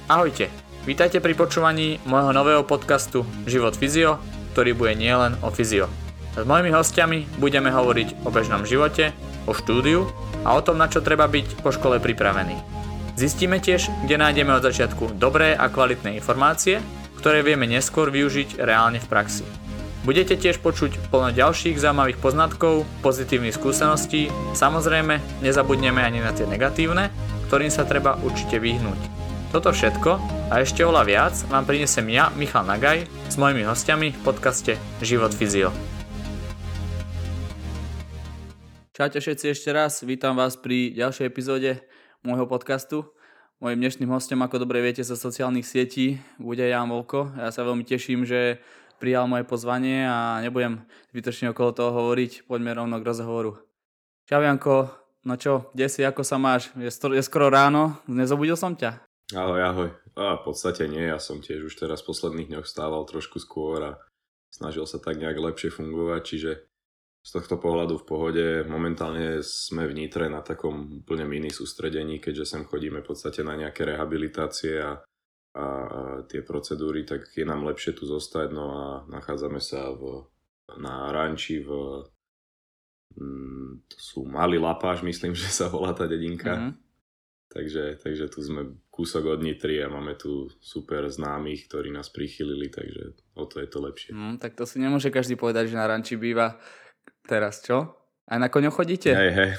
Ahojte, vítajte pri počúvaní môjho nového podcastu Život fyzio, ktorý bude nielen o fyzio. S mojimi hostiami budeme hovoriť o bežnom živote, o štúdiu a o tom, na čo treba byť po škole pripravený. Zistíme tiež, kde nájdeme od začiatku dobré a kvalitné informácie, ktoré vieme neskôr využiť reálne v praxi. Budete tiež počuť plno ďalších zaujímavých poznatkov, pozitívnych skúseností, samozrejme nezabudneme ani na tie negatívne, ktorým sa treba určite vyhnúť. Toto všetko a ešte oveľa viac vám prinesem ja, Michal Nagaj, s mojimi hostiami v podcaste Život fyzio. Čaute všetci ešte raz, vítam vás pri ďalšej epizóde môjho podcastu. Mojím dnešným hostom, ako dobre viete, zo sociálnych sietí bude Ján Volko. Ja sa veľmi teším, že prijal moje pozvanie a nebudem zbytočne okolo toho hovoriť. Poďme rovno k rozhovoru. Čau Janko, no čo, kde si, ako sa máš? Je skoro ráno, nezobudil som ťa? Ahoj. V podstate nie, ja som tiež už teraz v posledných dňoch stával trošku skôr a snažil sa tak nejak lepšie fungovať, čiže z tohto pohľadu v pohode. Momentálne sme v Nitre na takom úplne mini sústredení, keďže sem chodíme v podstate na nejaké rehabilitácie a tie procedúry, tak je nám lepšie tu zostať, no a nachádzame sa na ranči to sú Malý Lapáš, myslím, že sa volá tá dedinka. Mm-hmm. Takže tu sme kúsok od Nitry a máme tu super známych, ktorí nás prichylili, takže o to je to lepšie. Tak to si nemôže každý povedať, že na ranči býva teraz, čo? Aj na koňoch chodíte? Hej.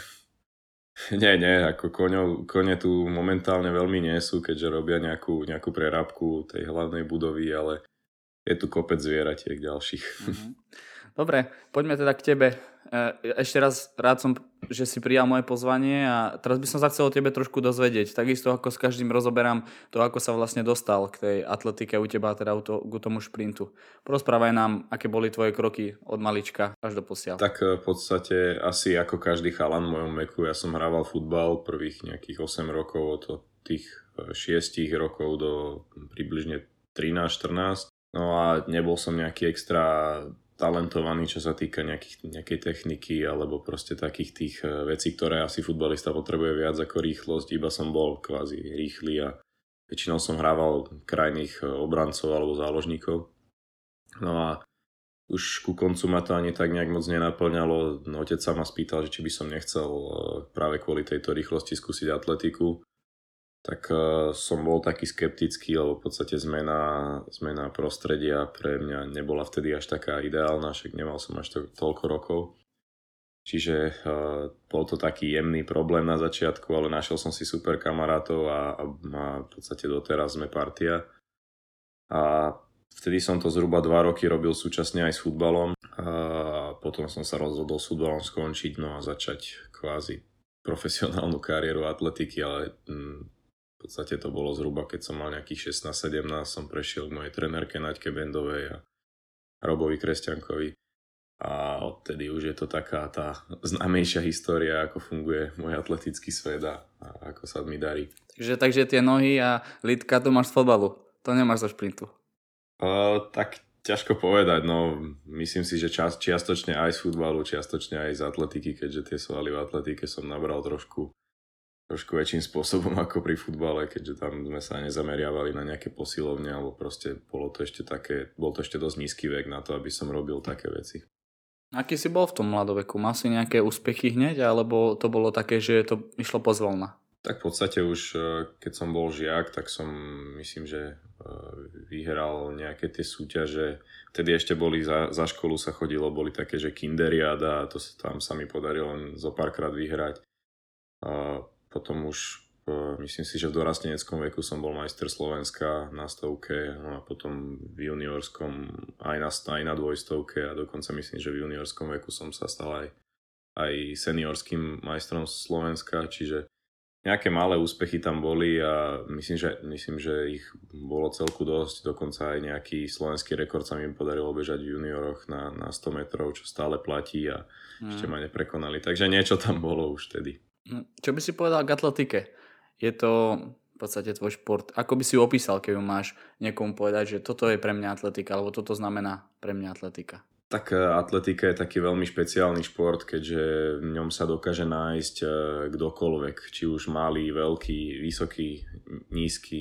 Nie, ako kone tu momentálne veľmi nie sú, keďže robia nejakú prerábku tej hlavnej budovy, ale je tu kopec zvieratiek ďalších. Dobre, poďme teda k tebe. Ešte raz rád som, že si prijal moje pozvanie a teraz by som sa chcel o tebe trošku dozvedieť. Takisto ako s každým rozoberám to, ako sa vlastne dostal k tej atletike u teba, teda k tomu šprintu. Porozprávaj nám, aké boli tvoje kroky od malička až do posiaľ. Tak v podstate asi ako každý chalan v mojom veku, ja som hrával futbal prvých nejakých 8 rokov, od tých 6 rokov do približne 13-14. No a nebol som nejaký extra talentovaný, čo sa týka nejakej techniky alebo proste takých tých vecí, ktoré asi futbalista potrebuje viac ako rýchlosť, iba som bol kvázi rýchly a väčšinou som hrával krajných obrancov alebo záložníkov. No a už ku koncu ma to ani tak nejak moc nenaplňalo. Otec sa ma spýtal, že či by som nechcel práve kvôli tejto rýchlosti skúsiť atletiku. Tak som bol taký skeptický, lebo v podstate zmena prostredia pre mňa nebola vtedy až taká ideálna, však nemal som až toľko rokov. Čiže bol to taký jemný problém na začiatku, ale našiel som si super kamarátov a v podstate doteraz sme partia. A vtedy som to zhruba 2 roky robil súčasne aj s futbalom a potom som sa rozhodol s futbalom skončiť, no a začať kvázi profesionálnu kariéru atletiky, ale v podstate to bolo zhruba, keď som mal nejakých 16-17, som prešiel k mojej trenérke Naďke Bendovej a Robovi Kresťankovi. A odtedy už je to taká tá známejšia história, ako funguje môj atletický svet a ako sa mi darí. Takže tie nohy a lítka to máš z fotbalu, to nemáš zo šprintu. Tak ťažko povedať, no myslím si, že čiastočne aj z futbalu, čiastočne aj z atletiky, keďže tie svaly v atletike som nabral trošku väčším spôsobom ako pri futbale, keďže tam sme sa nezameriavali na nejaké posilovne, alebo proste bol to ešte dosť nízky vek na to, aby som robil také veci. Aký si bol v tom mladoveku? Mal si nejaké úspechy hneď, alebo to bolo také, že to išlo pozvolna? Tak v podstate už keď som bol žiak, tak som myslím, že vyhral nejaké tie súťaže. Vtedy ešte boli za školu sa chodilo, boli také, že kinderiáda, to tam sa mi podarilo len zo párkrát vyhrať. Potom už myslím si, že v dorasteneckom veku som bol majster Slovenska na stovke, no a potom v juniorskom aj na dvojstovke a dokonca myslím, že v juniorskom veku som sa stal aj seniorským majstrom Slovenska, čiže nejaké malé úspechy tam boli a myslím, že ich bolo celku dosť, dokonca aj nejaký slovenský rekord sa mi podarilo bežať v junioroch na 100 metrov, čo stále platí a ešte ma neprekonali, takže niečo tam bolo už vtedy. Čo by si povedal k atletike? Je to v podstate tvoj šport. Ako by si ju opísal, keď máš niekomu povedať, že toto je pre mňa atletika, alebo toto znamená pre mňa atletika? Tak atletika je taký veľmi špeciálny šport, keďže v ňom sa dokáže nájsť kdokoľvek, či už malý, veľký, vysoký, nízky,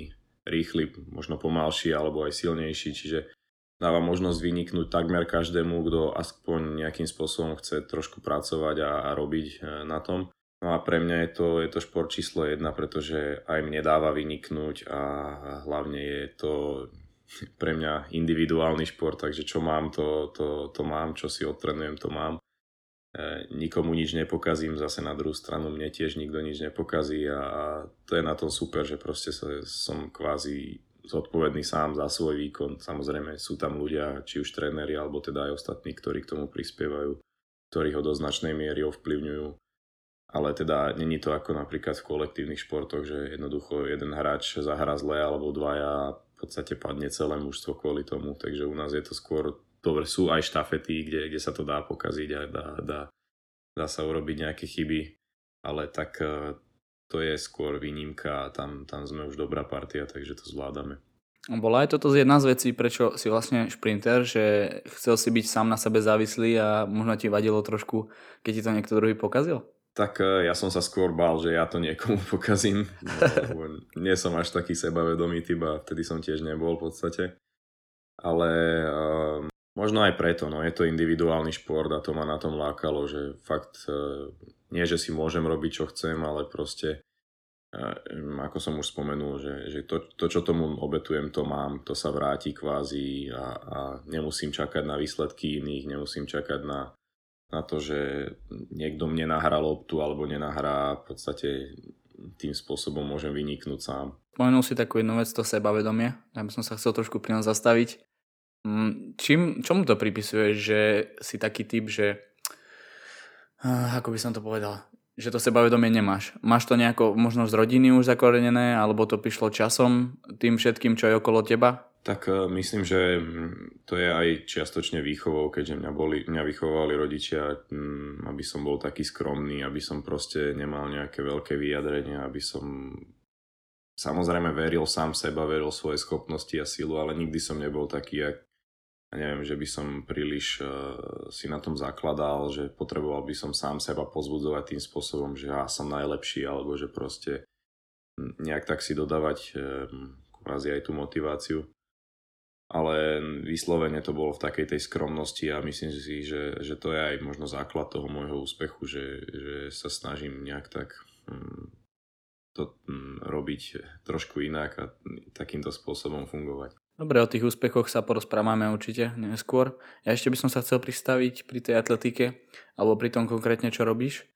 rýchly, možno pomalší alebo aj silnejší, čiže dáva možnosť vyniknúť takmer každému, kto aspoň nejakým spôsobom chce trošku pracovať a robiť na tom. No a pre mňa je to šport číslo 1, pretože aj mne dáva vyniknúť a hlavne je to pre mňa individuálny šport, takže čo mám, to mám, čo si odtrenujem, to mám. Nikomu nič nepokazím, zase na druhú stranu mne tiež nikto nič nepokazí a to je na tom super, že proste som kvázi zodpovedný sám za svoj výkon. Samozrejme sú tam ľudia, či už tréneri, alebo teda aj ostatní, ktorí k tomu prispievajú, ktorí ho do značnej miery ovplyvňujú. Ale teda není to ako napríklad v kolektívnych športoch, že jednoducho jeden hráč zahrá zle alebo dvaja a v podstate padne celé mužstvo kvôli tomu. Takže u nás je to skôr, dobre, sú aj štafety, kde sa to dá pokaziť a dá sa urobiť nejaké chyby, ale tak to je skôr výnimka a tam sme už dobrá partia, takže to zvládame. Bola aj toto jedna z vecí, prečo si vlastne šprinter, že chcel si byť sám na sebe závislý a možno ti vadilo trošku, keď ti to niekto druhý pokazil? Tak ja som sa skôr bál, že ja to niekomu pokazím. No, nie som až taký sebavedomý typ a vtedy som tiež nebol v podstate. Ale možno aj preto, no je to individuálny šport a to ma na tom lákalo, že fakt nie, že si môžem robiť, čo chcem, ale proste, ako som už spomenul, že to, čo tomu obetujem, to mám, to sa vráti kvázi a nemusím čakať na výsledky iných, nemusím čakať na to, že niekto mne nahrá loptu alebo nenahrá, v podstate tým spôsobom môžem vyniknúť sám. Spomenul si takú jednu vec, to sebavedomie, ja by som sa chcel trošku pri nás zastaviť. Čomu to pripisuješ, že si taký typ, že ako by som to povedal, že to sebavedomie nemáš? Máš to nejako možno z rodiny už zakorenené, alebo to prišlo časom tým všetkým, čo je okolo teba? Tak myslím, že to je aj čiastočne výchovou, keďže mňa vychovali rodičia, aby som bol taký skromný, aby som proste nemal nejaké veľké vyjadrenia, aby som samozrejme veril sám seba, veril svoje schopnosti a silu, ale nikdy som nebol taký, neviem, že by som príliš si na tom zakladal, že potreboval by som sám seba pozbudzovať tým spôsobom, že ja som najlepší, alebo že proste nejak tak si dodávať kvázi aj tú motiváciu. Ale vyslovene to bolo v takej tej skromnosti a myslím si, že to je aj možno základ toho môjho úspechu, že sa snažím nejak tak to robiť trošku inak a takýmto spôsobom fungovať. Dobre, o tých úspechoch sa porozprávame určite neskôr. Ja ešte by som sa chcel pristaviť pri tej atletike alebo pri tom konkrétne, čo robíš.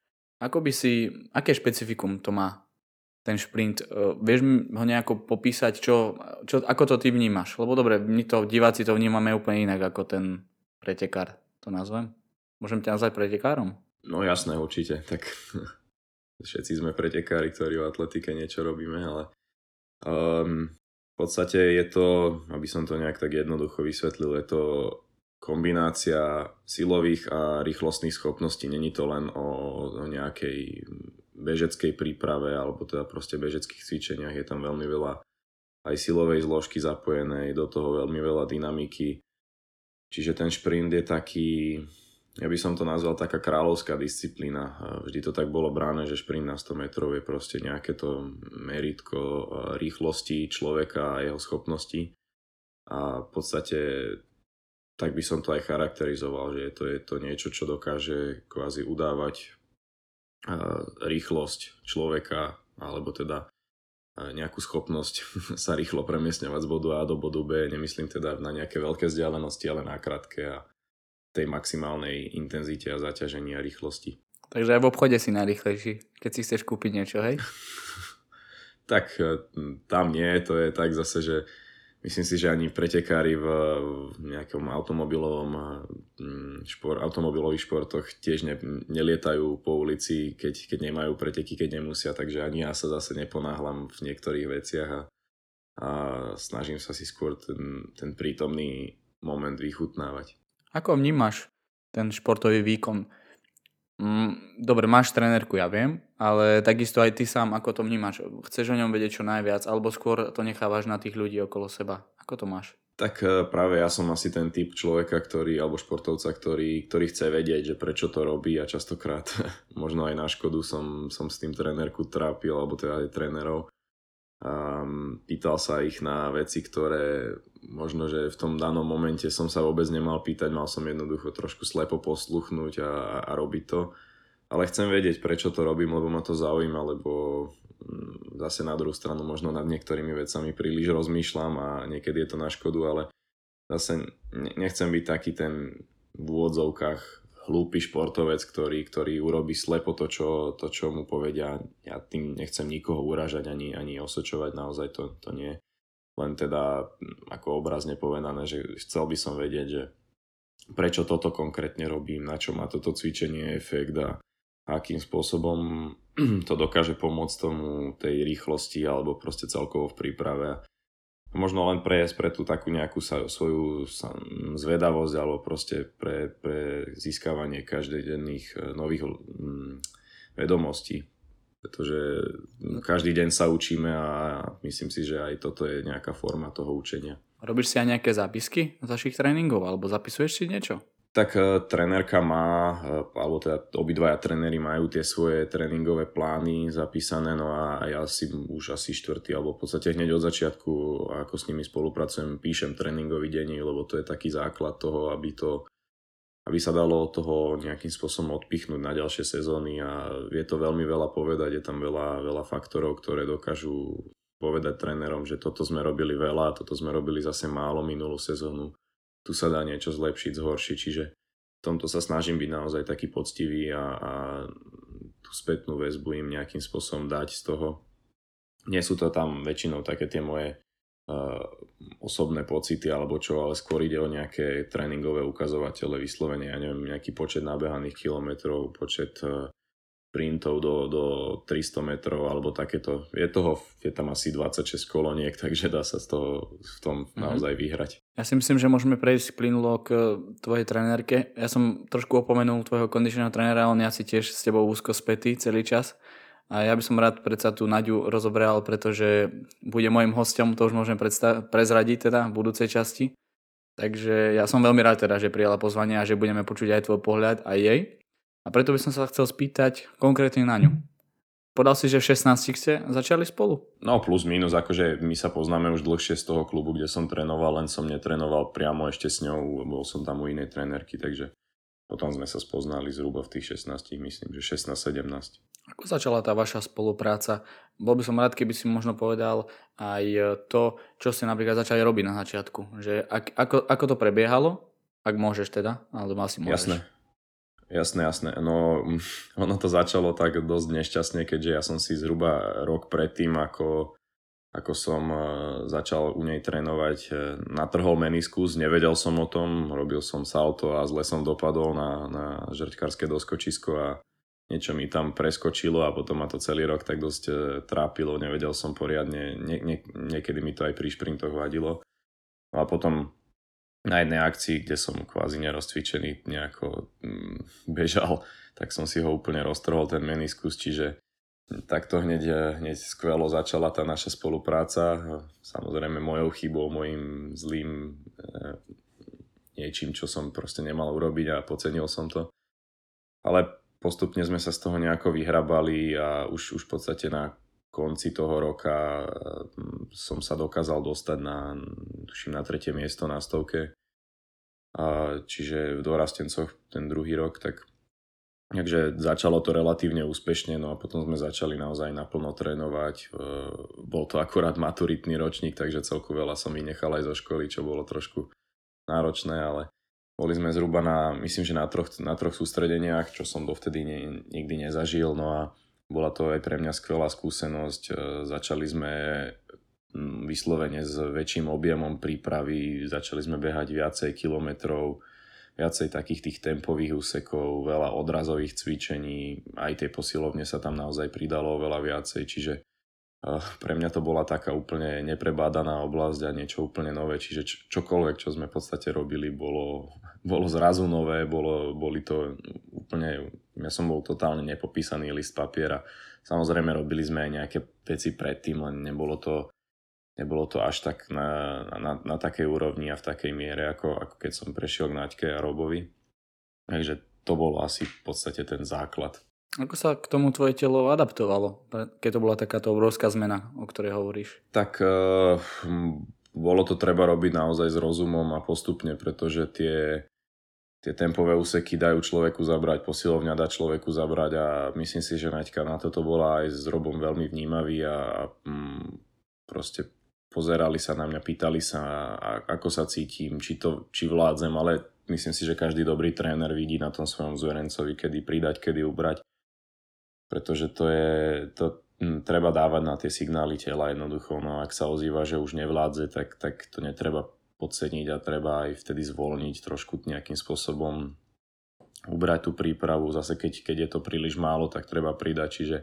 Aké špecifikum to má ten šprint? Vieš ho nejako popísať, ako to ty vnímaš? Lebo dobre, my to diváci to vnímame úplne inak ako ten pretekár, to nazvem. Môžem ťa nazvať pretekárom? No jasné, určite. Tak všetci sme pretekári, ktorí v atletike niečo robíme, ale v podstate je to, aby som to nejak tak jednoducho vysvetlil, je to kombinácia silových a rýchlostných schopností. Není to len o nejakej bežeckej príprave alebo teda proste bežeckých cvičeniach. Je tam veľmi veľa aj silovej zložky zapojenej, do toho veľmi veľa dynamiky. Čiže ten šprint je taký, ja by som to nazval taká kráľovská disciplína. Vždy to tak bolo bráne, že šprint na 100 metrov je proste nejaké to meritko rýchlosti človeka a jeho schopností. A v podstate tak by som to aj charakterizoval, že je to niečo, čo dokáže kvázi udávať rýchlosť človeka, alebo teda nejakú schopnosť sa rýchlo premiestňovať z bodu A do bodu B. Nemyslím teda na nejaké veľké vzdialenosti, ale na krátke a tej maximálnej intenzite a zaťažení a rýchlosti. Takže aj v obchode si najrýchlejší, keď si chceš kúpiť niečo, hej? Tak tam nie, to je tak zase, že myslím si, že ani pretekári v nejakom automobilových športoch tiež nelietajú po ulici, keď nemajú preteky, keď nemusia, takže ani ja sa zase neponáhlam v niektorých veciach a snažím sa si skôr ten prítomný moment vychutnávať. Ako vnímaš ten športový výkon? Dobre, máš trénerku, ja viem, ale takisto aj ty sám, ako to vnímaš? Chceš o ňom vedieť čo najviac, alebo skôr to nechávaš na tých ľudí okolo seba? Ako to máš? Tak práve ja som asi ten typ človeka, alebo športovca, ktorý chce vedieť, že prečo to robí a častokrát možno aj na škodu som s tým trénerku trápil, alebo teda aj trénerov. Pýtal sa ich na veci, ktoré možno, že v tom danom momente som sa vôbec nemal pýtať, mal som jednoducho trošku slepo posluchnúť a robiť to. Ale chcem vedieť, prečo to robím, lebo ma to zaujíma, lebo zase na druhú stranu možno nad niektorými vecami príliš rozmýšľam a niekedy je to na škodu, ale zase nechcem byť taký ten v úvodzovkách hlúpy športovec, ktorý urobí slepo to, čo mu povedia. Ja tým nechcem nikoho uražať ani osočovať, naozaj to nie. Len teda ako obrazne povedané, že chcel by som vedieť, že prečo toto konkrétne robím, na čo má toto cvičenie efekt a akým spôsobom to dokáže pomôcť tomu tej rýchlosti alebo proste celkovo v príprave. Možno len prejsť pre tú takú nejakú svoju zvedavosť alebo proste pre získavanie každodenných nových vedomostí. Pretože každý deň sa učíme a myslím si, že aj toto je nejaká forma toho učenia. Robíš si aj nejaké zápisky z vašich tréningov alebo zapisuješ si niečo? Tak trenérka má, alebo teda obidvaja tréneri majú tie svoje tréningové plány zapísané, no a ja si už asi štvrtý, alebo v podstate hneď od začiatku, ako s nimi spolupracujem, píšem tréningový denník, lebo to je taký základ toho, aby sa dalo od toho nejakým spôsobom odpichnúť na ďalšie sezóny a je to veľmi veľa povedať, je tam veľa faktorov, ktoré dokážu povedať trénerom, že toto sme robili veľa, toto sme robili zase málo minulú sezónu. Tu sa dá niečo zlepšiť, zhoršiť, čiže v tomto sa snažím byť naozaj taký poctivý a tú spätnú väzbu im nejakým spôsobom dať z toho. Nie sú to tam väčšinou také tie moje osobné pocity alebo čo, ale skôr ide o nejaké tréningové ukazovatele vyslovene, ja neviem, nejaký počet nabehaných kilometrov, počet printov do 300 metrov alebo takéto. Je tam asi 26 koloniek, takže dá sa z toho v tom naozaj vyhrať. Ja si myslím, že môžeme prejsť plynulo k tvojej trenérke. Ja som trošku opomenul tvojho kondičného trénera, on je asi tiež s tebou úzko spätý celý čas. A ja by som rád predsa tú Naďu rozobral, pretože bude môjim hosťom, to už môžem prezradiť teda v budúcej časti. Takže ja som veľmi rád teda, že prijala pozvanie a že budeme počuť aj tvoj pohľad, aj jej. A preto by som sa chcel spýtať konkrétne na ňu. Podal si, že v 16 ste začali spolu? No plus minus, akože my sa poznáme už dlhšie z toho klubu, kde som trénoval, len som netrénoval priamo ešte s ňou, bol som tam u inej trénerky, takže potom sme sa spoznali zhruba v tých 16, myslím, že 16-17. Ako začala tá vaša spolupráca? Bol by som rád, keby si možno povedal aj to, čo ste napríklad začali robiť na začiatku. Že ako to prebiehalo? Ak môžeš teda, alebo asi môžeš. Jasné. No, ono to začalo tak dosť nešťastne, keďže ja som si zhruba rok predtým, ako som začal u nej trénovať, natrhol meniskus, nevedel som o tom, robil som salto a zle som dopadol na žrťkárske doskočisko a niečo mi tam preskočilo a potom ma to celý rok tak dosť trápilo, nevedel som poriadne, niekedy mi to aj pri šprintoch vadilo. No a potom na jednej akcii, kde som kvázi nerozcvičený nejako bežal, tak som si ho úplne roztrhol ten meniskus, čiže takto hneď skvelo začala tá naša spolupráca. Samozrejme mojou chybou, mojim zlým niečím, čo som proste nemal urobiť a podcenil som to. Ale postupne sme sa z toho nejako vyhrabali a už v podstate na konci toho roka som sa dokázal dostať tuším na 3. miesto na 100. Čiže v dorastencoch ten druhý rok, takže začalo to relatívne úspešne, no a potom sme začali naozaj naplno trénovať. Bol to akurát maturitný ročník, takže celku veľa som vynechal aj zo školy, čo bolo trošku náročné, ale boli sme zhruba myslím, že na troch sústredeniach, čo som dovtedy nikdy nezažil, no a bola to aj pre mňa skvelá skúsenosť. Začali sme vyslovene s väčším objemom prípravy, začali sme behať viacej kilometrov, viacej takých tých tempových úsekov, veľa odrazových cvičení, aj tej posilovne sa tam naozaj pridalo veľa viacej, čiže pre mňa to bola taká úplne neprebádaná oblasť a niečo úplne nové, čiže čokoľvek, čo sme v podstate robili, bolo zrazu nové, boli to úplne, ja som bol totálne nepopísaný list papiera. Samozrejme robili sme aj nejaké veci predtým, len nebolo to až tak na takej úrovni a v takej miere, ako keď som prešiel k Naďke a Robovi. Takže to bolo asi v podstate ten základ. Ako sa k tomu tvoje telo adaptovalo, keď to bola takáto obrovská zmena, o ktorej hovoríš? Tak bolo to treba robiť naozaj s rozumom a postupne, pretože tie tempové úseky dajú človeku zabrať, posilovňa dá človeku zabrať a myslím si, že Naďka na toto bola aj s Robom veľmi vnímavý a proste pozerali sa na mňa, pýtali sa, ako sa cítim, či vládzem, ale myslím si, že každý dobrý tréner vidí na tom svojom zverencovi, kedy pridať, kedy ubrať, pretože treba dávať na tie signály tela jednoducho, no ak sa ozýva, že už nevládze, tak to netreba podceniť a treba aj vtedy zvolniť trošku nejakým spôsobom, ubrať tú prípravu, zase keď je to príliš málo, tak treba pridať, čiže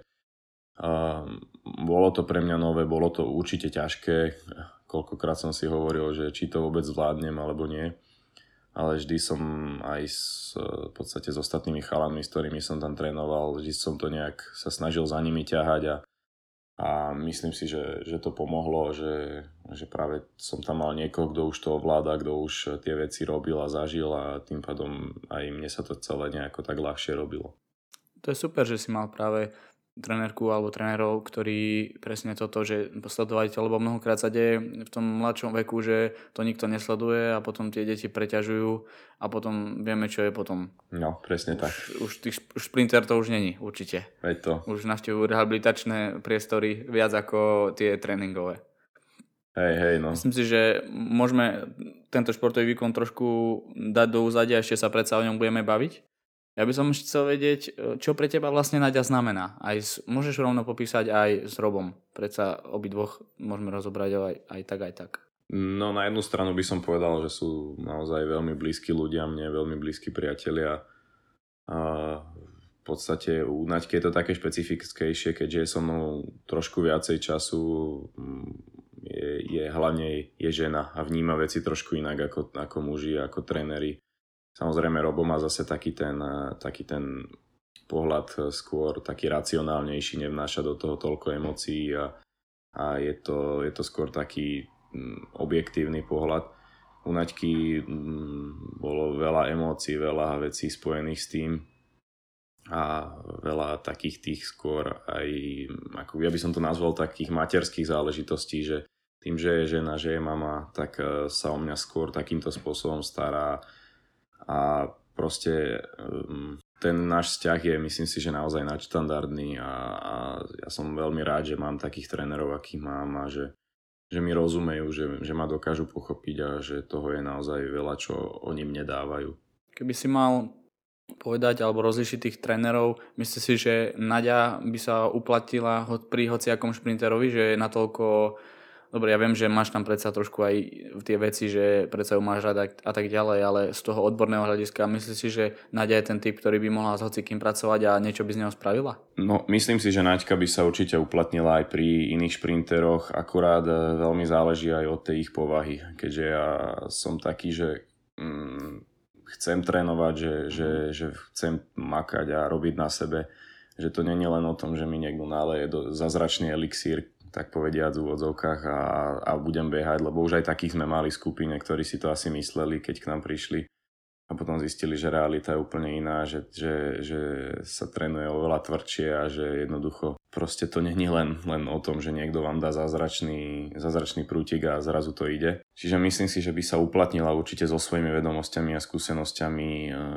bolo to pre mňa nové, bolo to určite ťažké, koľkokrát som si hovoril, že či to vôbec zvládnem alebo nie, ale vždy som aj v podstate s ostatnými chalanmi, s ktorými som tam trénoval, vždy som to nejak sa snažil za nimi ťahať a myslím si, že to pomohlo, že práve som tam mal niekoho, kto už to ovláda, kto už tie veci robil a zažil a tým pádom aj mne sa to celé nejako tak ľahšie robilo. To je super, že si mal práve trénerku alebo trénerov, ktorí presne toto, že sledovať, lebo mnohokrát sa deje v tom mladšom veku, že to nikto nesleduje a potom tie deti preťažujú a potom vieme, čo je potom. No, presne tak. Už šprinter to už není, určite. Veď to. Už navštevujú rehabilitačné priestory viac ako tie tréningové. Hej, no. Myslím si, že môžeme tento športový výkon trošku dať do úzadia, ešte sa predsa o ňom budeme baviť. Ja by som chcel vedieť, čo pre teba vlastne Naďa znamená. Môžeš rovno popísať aj s Robom. Predsa obidvoch môžeme rozobrať aj tak. No na jednu stranu by som povedal, že sú naozaj veľmi blízki ľudia, mne veľmi blízki priatelia. A v podstate u Naďky je to také špecifickejšie, keďže je so mnou trošku viacej času, hlavne je žena a vníma veci trošku inak ako muži, ako tréneri. Samozrejme Robo má zase taký ten pohľad skôr taký racionálnejší, nevnáša do toho toľko emócií a je to skôr taký objektívny pohľad. U Naďky bolo veľa emócií, veľa vecí spojených s tým a veľa takých tých skôr aj, ako ja by som to nazval, takých materských záležitostí, že tým, že je žena, že je mama, tak sa o mňa skôr takýmto spôsobom stará. A proste ten náš vzťah je, myslím si, že naozaj nadštandardný a ja som veľmi rád, že mám takých trénerov, akých mám a že mi rozumejú, že ma dokážu pochopiť a že toho je naozaj veľa, čo oni mne dávajú. Keby si mal povedať alebo rozlišiť tých trénerov, myslíš si, že Naďa by sa uplatila pri hociakom šprinterovi, že je natoľko... Dobre, ja viem, že máš tam predsa trošku aj tie veci, že predsa ju máš rád a tak ďalej, ale z toho odborného hľadiska myslíš si, že Naďa je ten typ, ktorý by mohla s hocikým pracovať a niečo by z neho spravila? No, myslím si, že Naďka by sa určite uplatnila aj pri iných šprinteroch, akurát veľmi záleží aj od tej ich povahy, keďže ja som taký, že chcem trénovať, že chcem makať a robiť na sebe, že to nie je len o tom, že mi niekto náleje zázračný elixír, tak povediať v úvodzovkách a budem behať, lebo už aj takých sme mali skupine, ktorí si to asi mysleli, keď k nám prišli a potom zistili, že realita je úplne iná, že sa trénuje oveľa tvrdšie a že jednoducho proste to nie je len o tom, že niekto vám dá zázračný prútik a zrazu to ide. Čiže myslím si, že by sa uplatnila určite so svojimi vedomosťami a skúsenosťami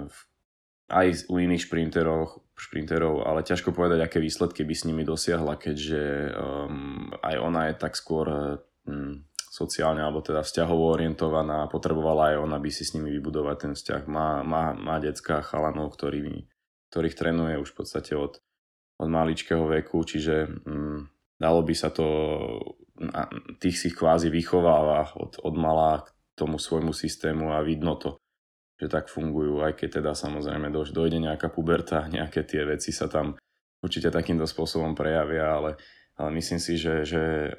aj u iných šprinterov, ale ťažko povedať, aké výsledky by s nimi dosiahla, keďže aj ona je tak skôr sociálne alebo teda vzťahovo orientovaná a potrebovala aj ona by si s nimi vybudovať ten vzťah. Má decká chalanov, ktorých trénuje už v podstate od maličkého veku, čiže dalo by sa to, tých si kvázi vychováva od mala k tomu svojmu systému a vidno to, že tak fungujú, aj keď teda samozrejme dojde nejaká puberta, nejaké tie veci sa tam určite takýmto spôsobom prejavia, ale myslím si, že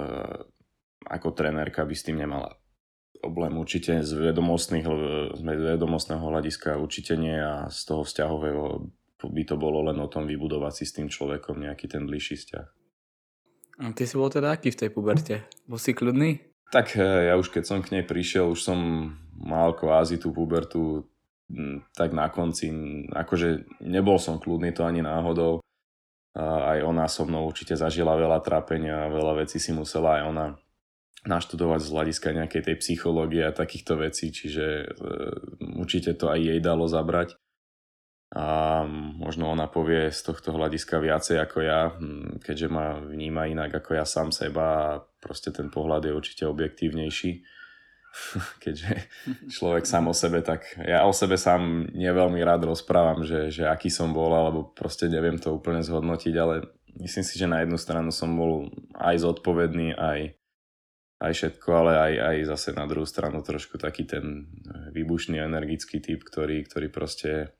ako trenérka by s tým nemala problém. Určite z vedomostného hľadiska určite nie a z toho vzťahového by to bolo len o tom vybudovať si s tým človekom nejaký ten bližší vzťah. A ty si bol teda aký v tej puberte? Bol si kľudný? Tak ja už keď som k nej prišiel, už som mal kvázi tú pubertu tak na konci, akože nebol som kľudný, to ani náhodou. Aj ona so mnou určite zažila veľa trápenia, veľa vecí si musela aj ona naštudovať z hľadiska nejakej tej psychológie a takýchto vecí, čiže určite to aj jej dalo zabrať. A možno ona povie z tohto hľadiska viacej ako ja, keďže ma vníma inak ako ja sám seba a proste ten pohľad je určite objektívnejší. Keďže človek sám o sebe, tak ja o sebe sám neveľmi rád rozprávam, že aký som bol, alebo proste neviem to úplne zhodnotiť, ale myslím si, že na jednu stranu som bol aj zodpovedný, aj všetko, ale aj zase na druhú stranu trošku taký ten výbušný, energický typ, ktorý proste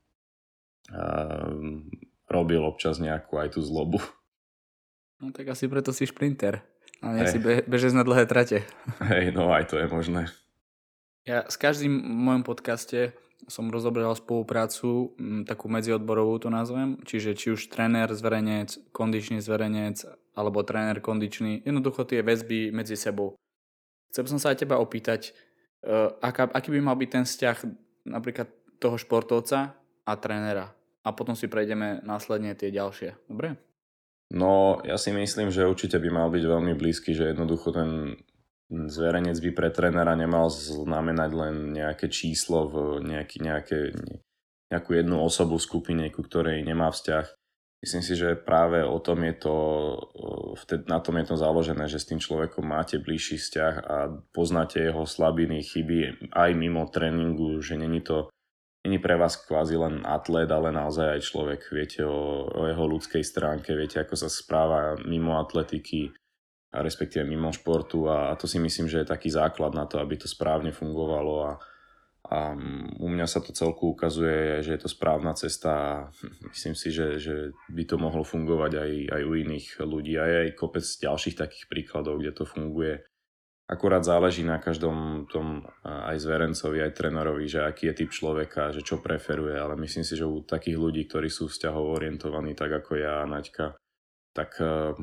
robil občas nejakú aj tú zlobu. No tak asi preto si šprinter. A nie si bežec na dlhé trate. Hej, no aj to je možné. Ja s každým v mojom podcaste som rozoberal spoluprácu, takú medziodborovú to nazvem, čiže či už tréner, zverenec, kondičný zverenec, alebo tréner kondičný, jednoducho tie väzby medzi sebou. Chcel som sa aj teba opýtať, aký by mal byť ten vzťah napríklad toho športovca a trénera. A potom si prejdeme následne tie ďalšie. Dobre? No, ja si myslím, že určite by mal byť veľmi blízky, že jednoducho ten zverenec by pre trénera nemal znamenať len nejaké číslo v nejakú jednu osobu v skupine, ku ktorej nemá vzťah. Myslím si, že práve o tom je to, na tom je to založené, že s tým človekom máte bližší vzťah a poznáte jeho slabiny, chyby aj mimo tréningu, že není pre vás kvázi len atlét, ale naozaj aj človek. Viete o jeho ľudskej stránke, viete, ako sa správa mimo atletiky, a respektíve mimo športu a to si myslím, že je taký základ na to, aby to správne fungovalo a u mňa sa to celku ukazuje, že je to správna cesta a myslím si, že by to mohlo fungovať aj u iných ľudí a aj kopec ďalších takých príkladov, kde to funguje. Akurát záleží na každom tom aj zverencovi, aj trénerovi, že aký je typ človeka, že čo preferuje, ale myslím si, že u takých ľudí, ktorí sú vzťahovo orientovaní, tak ako ja a Naďka, tak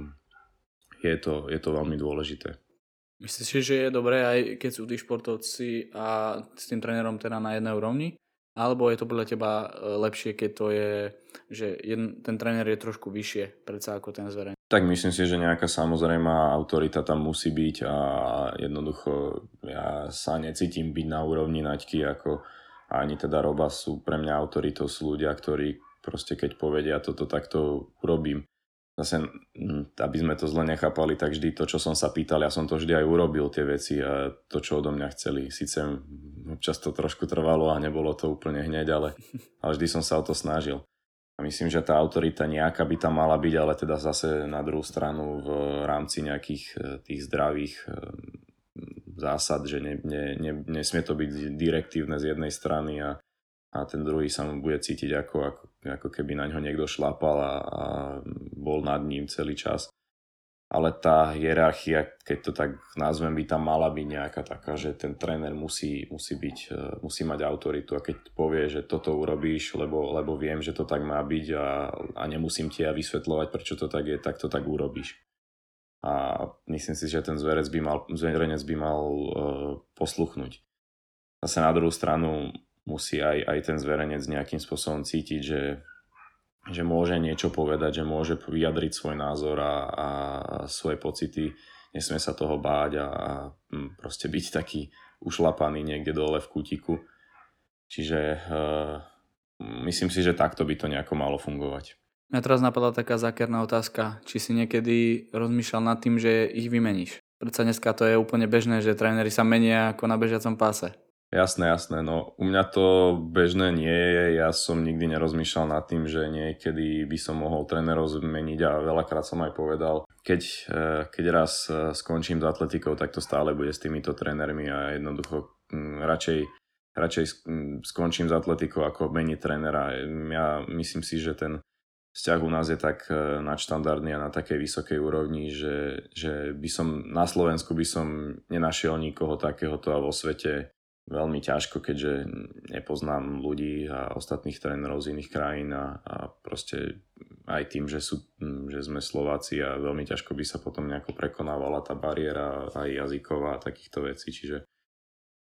je to veľmi dôležité. Myslíš, že je dobré, aj keď sú tí športovci a s tým trénerom teda na jednej úrovni? Alebo je to podľa teba lepšie, keď to je, že ten tréner je trošku vyššie predsa ako ten zvereň? Tak myslím si, že nejaká samozrejmá autorita tam musí byť a jednoducho ja sa necítim byť na úrovni Naďky, ako ani teda Roba sú pre mňa autoritou, sú ľudia, ktorí proste keď povedia toto, tak to urobím. Zase, aby sme to zle nechápali, tak vždy to, čo som sa pýtal, ja som to vždy aj urobil, tie veci a to, čo odo mňa chceli. Sice občas to trošku trvalo a nebolo to úplne hneď, ale vždy som sa o to snažil. A myslím, že tá autorita nejaká by tam mala byť, ale teda zase na druhú stranu v rámci nejakých tých zdravých zásad, že nesmie to byť direktívne z jednej strany a ten druhý sa mu bude cítiť ako keby na ňo niekto šlapal a bol nad ním celý čas. Ale tá hierarchia, keď to tak nazvem, by tam mala byť nejaká taká, že ten tréner musí mať autoritu a keď povie, že toto urobíš, lebo viem, že to tak má byť a nemusím ti ja vysvetľovať, prečo to tak je, tak to tak urobíš. A myslím si, že ten zverenec by mal posluchnúť. Zase na druhú stranu musí aj ten zverenec nejakým spôsobom cítiť, že môže niečo povedať, že môže vyjadriť svoj názor a svoje pocity. Nesmie sa toho báť a proste byť taký ušlapaný niekde dole v kútiku. Čiže myslím si, že takto by to nejako malo fungovať. Mňa teraz napadla taká zákerná otázka. Či si niekedy rozmýšľal nad tým, že ich vymeníš? Predsa dneska to je úplne bežné, že tréneri sa menia ako na bežiacom páse. Jasné, no u mňa to bežné nie je, ja som nikdy nerozmýšľal nad tým, že niekedy by som mohol trénerov zmeniť a veľakrát som aj povedal, keď raz skončím s atletikou, tak to stále bude s týmito trénermi a jednoducho radšej skončím s atletikou ako meniť trénera. Ja myslím si, že ten vzťah u nás je tak nadštandardný a na takej vysokej úrovni, že by som na Slovensku by som nenašiel nikoho takéhoto a vo svete veľmi ťažko, keďže nepoznám ľudí a ostatných trénerov z iných krajín a proste aj tým, že sme Slováci a veľmi ťažko by sa potom nejako prekonávala tá bariéra aj jazyková a takýchto vecí, čiže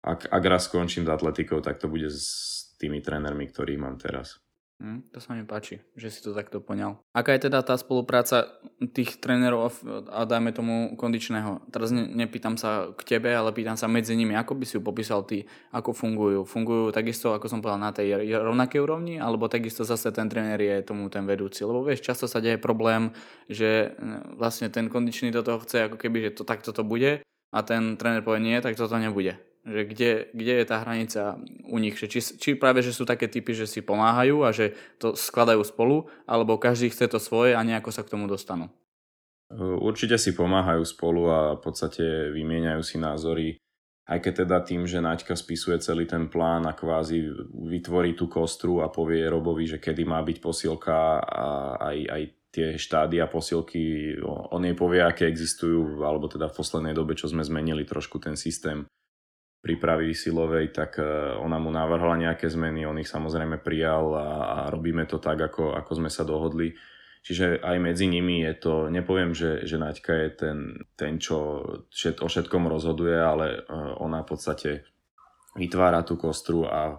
ak raz skončím s atletikou, tak to bude s tými trénermi, ktorých mám teraz. To sa mi páči, že si to takto poňal. Aká je teda tá spolupráca tých trénerov a dajme tomu kondičného? Teraz nepýtam sa k tebe, ale pýtam sa medzi nimi. Ako by si ju popísal ty? Ako fungujú? Fungujú takisto, ako som povedal, na tej rovnakej úrovni? Alebo takisto zase ten tréner je tomu ten vedúci? Lebo vieš, často sa deje problém, že vlastne ten kondičný do toho chce ako keby, že to takto to bude a ten tréner povie nie, tak toto nebude. Že kde je tá hranica u nich? Či práve, že sú také typy, že si pomáhajú a že to skladajú spolu, alebo každý chce to svoje a nejako sa k tomu dostanú? Určite si pomáhajú spolu a v podstate vymieňajú si názory. Aj keď teda tým, že Naďka spisuje celý ten plán a kvázi vytvorí tú kostru a povie Robovi, že kedy má byť posilka a aj tie štádia posilky, on jej povie, aké existujú, alebo teda v poslednej dobe, čo sme zmenili trošku ten systém prípravy silovej, tak ona mu navrhla nejaké zmeny, on ich samozrejme prijal a robíme to tak, ako sme sa dohodli. Čiže aj medzi nimi je to, nepoviem, že Naďka je ten čo o všetkom rozhoduje, ale ona v podstate vytvára tú kostru a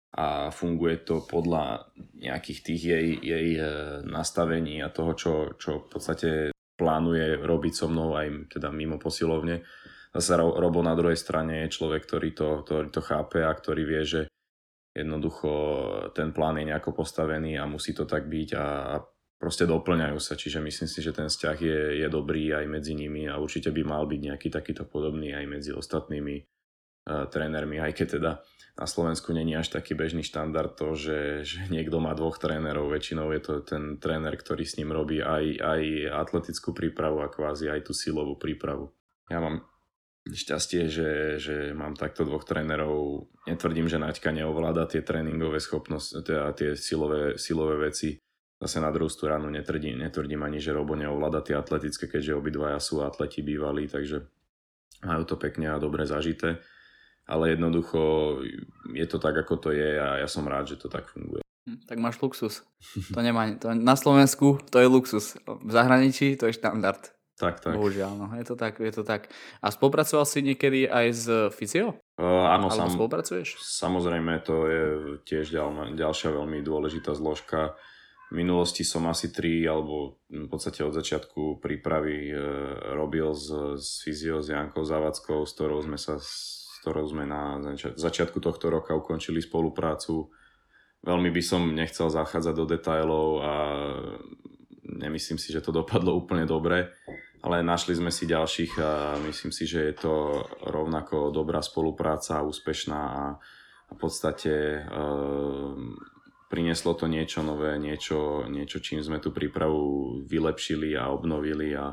funguje to podľa nejakých tých jej nastavení a toho, čo v podstate plánuje robiť so mnou aj teda mimo posilovne. Zase Robo na druhej strane je človek, ktorý to chápe a ktorý vie, že jednoducho ten plán je nejako postavený a musí to tak byť a proste doplňajú sa. Čiže myslím si, že ten vzťah je dobrý aj medzi nimi a určite by mal byť nejaký takýto podobný aj medzi ostatnými trénermi, aj keď teda na Slovensku není až taký bežný štandard to, že niekto má 2 trénerov. Väčšinou je to ten tréner, ktorý s ním robí aj atletickú prípravu a kvázi aj tú silovú prípravu. Ja mám šťastie, že mám takto 2 trénerov. Netvrdím, že Naďka neovláda tie tréningové schopnosti, teda tie silové veci. Zase na druhú stranu netvrdím ani, že Robo neovláda tie atletické, keďže obidvaja sú atleti bývalí, takže majú to pekne a dobre zažité. Ale jednoducho je to tak, ako to je a ja som rád, že to tak funguje. Tak máš luxus. Na Slovensku to je luxus. V zahraničí to je štandard. Tak. Bohužiaľ, no. Je to tak. A spolupracoval si niekedy aj s fyzio? Áno, spolupracuješ? Samozrejme, to je tiež ďalšia veľmi dôležitá zložka. V minulosti som asi 3 alebo v podstate od začiatku prípravy robil s fyzio, s Jankou Zavackou, s ktorou sme na začiatku tohto roka ukončili spoluprácu. Veľmi by som nechcel zachádzať do detailov a nemyslím si, že to dopadlo úplne dobre, ale našli sme si ďalších a myslím si, že je to rovnako dobrá spolupráca, úspešná a v podstate prinieslo to niečo nové, niečo, čím sme tú prípravu vylepšili a obnovili a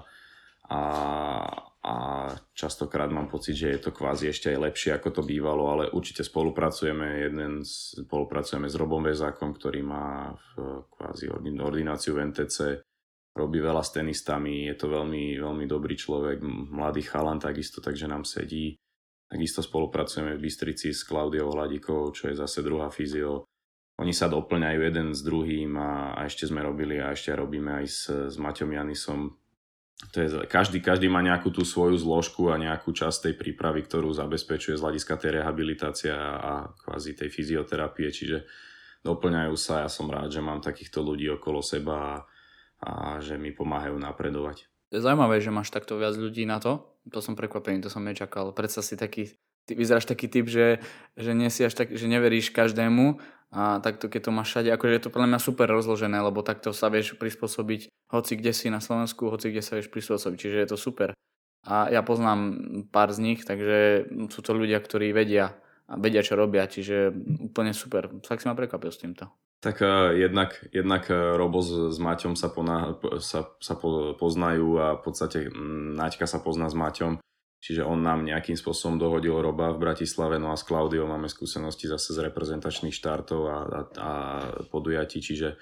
častokrát mám pocit, že je to kvázi ešte aj lepšie, ako to bývalo, ale určite spolupracujeme s Robom Vezákom, ktorý má kvázi ordináciu v NTC, robí veľa s tenistami, je to veľmi, veľmi dobrý človek, mladý chalan takisto, takže nám sedí. Takisto spolupracujeme v Bystrici s Klaudiou Hladíkovou, čo je zase druhá fyzio. Oni sa doplňajú jeden s druhým a ešte sme robili a ešte robíme aj s Maťom Janisom. To je, každý má nejakú tú svoju zložku a nejakú časť tej prípravy, ktorú zabezpečuje z hľadiska tej rehabilitácie a kvázi tej fyzioterapie, čiže doplňajú sa. Ja som rád, že mám takýchto ľudí okolo seba a že mi pomáhajú napredovať. Je zaujímavé, že máš takto viac ľudí na to. To som prekvapený, to som nečakal. Predsa si taký, ty vyzeráš taký typ, že nie si až tak, že neveríš každému a takto keď to máš všade, akože je to podľa mňa super rozložené, lebo takto sa vieš prispôsobiť hoci kde si na Slovensku, hoci kde sa vieš prispôsobiť, čiže je to super. A ja poznám pár z nich, takže sú to ľudia, ktorí vedia čo robia, čiže úplne super. Tak si ma prekvapil s týmto. Tak jednak Robo s Maťom sa poznajú a v podstate Naďka sa pozná s Maťom, čiže on nám nejakým spôsobom dohodil Roba v Bratislave, no a s Klaudiou máme skúsenosti zase z reprezentačných štartov a podujatí, čiže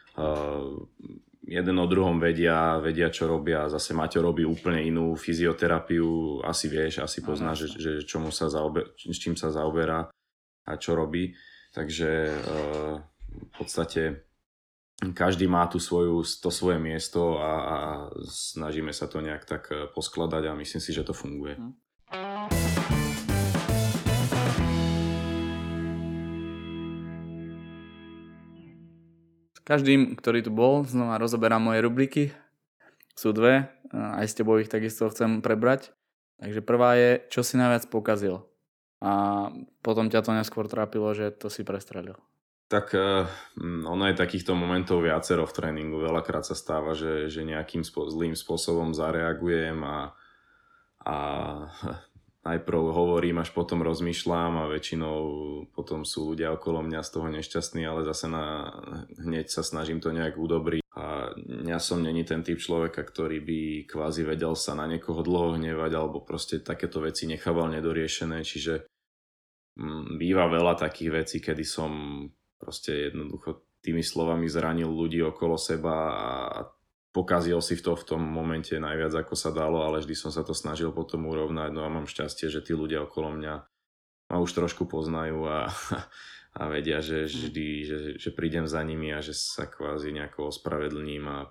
jeden o druhom vedia, čo robia. Zase Maťo robí úplne inú fyzioterapiu, asi vieš, asi poznáš, že s čím sa zaoberá a čo robí, takže v podstate každý má to svoje miesto a snažíme sa to nejak tak poskladať a myslím si, že to funguje. každým, ktorý tu bol, znova rozoberám moje rubriky. Sú dve, aj s tebou ich takisto chcem prebrať. Takže prvá je, čo si najviac pokazil. A potom ťa to neskôr trápilo, že to si prestrelil. Tak ono je takýchto momentov viacero v tréningu. Veľakrát sa stáva, že nejakým zlým spôsobom zareagujem a najprv hovorím, až potom rozmýšľam a väčšinou potom sú ľudia okolo mňa z toho nešťastní, ale zase hneď sa snažím to nejak udobriť. A ja som není ten typ človeka, ktorý by kvázi vedel sa na niekoho dlho hnevať alebo proste takéto veci nechával nedoriešené, čiže býva veľa takých vecí, kedy som proste jednoducho tými slovami zranil ľudí okolo seba a pokazil si v tom momente najviac ako sa dalo, ale vždy som sa to snažil potom urovnať, no a mám šťastie, že tí ľudia okolo mňa ma už trošku poznajú a vedia, že vždy, že prídem za nimi a že sa kvázi nejako ospravedlním a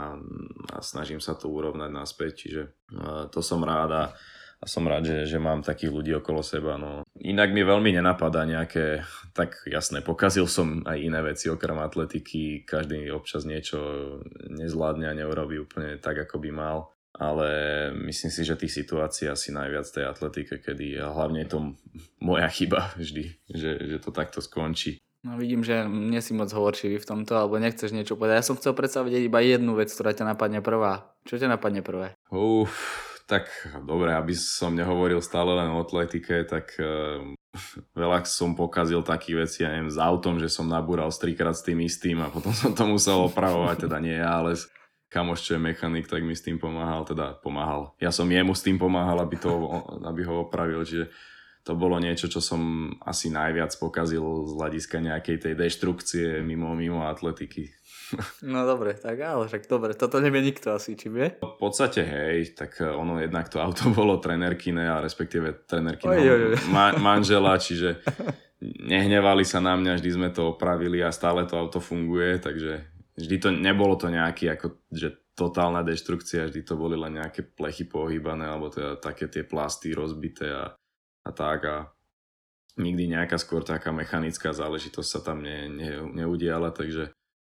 snažím sa to urovnať naspäť, čiže to som rád a som rád, že mám takých ľudí okolo seba. No. Inak mi veľmi nenapadá nejaké, tak jasné, pokazil som aj iné veci okrem atletiky, každý občas niečo nezvládne a neurobí úplne tak, ako by mal, ale myslím si, že tých situácií asi najviac tej atletike, kedy hlavne je to moja chyba vždy, že to takto skončí. No vidím, že nie si moc hovorčivý v tomto, alebo nechceš niečo povedať. Ja som chcel predsa vedieť iba jednu vec, ktorá ťa napadne prvá. Čo ťa napadne prvé? Tak dobre, aby som nehovoril stále len o atletike, tak veľa som pokazil takých vecí, ja neviem, s autom, že som nabúral 3-krát s tým istým a potom som to musel opravovať, teda nie ja, ale kamoš, čo je mechanik, tak mi s tým pomáhal. Ja som jemu s tým pomáhal, aby ho opravil, čiže to bolo niečo, čo som asi najviac pokazil z hľadiska nejakej tej deštrukcie mimo atletiky. No dobre, tak ale však dobre, toto nevie nikto asi, či vie? V podstate hej, tak ono jednak to auto bolo trenérkine a respektíve trenérkyného manžela, čiže nehnevali sa na mňa, vždy sme to opravili a stále to auto funguje, takže vždy to nebolo to nejaký ako, že totálna deštrukcia, vždy to boli len nejaké plechy pohýbané alebo teda také tie plasty rozbité a tak a nikdy nejaká skôr taká mechanická záležitosť sa tam neudiala, takže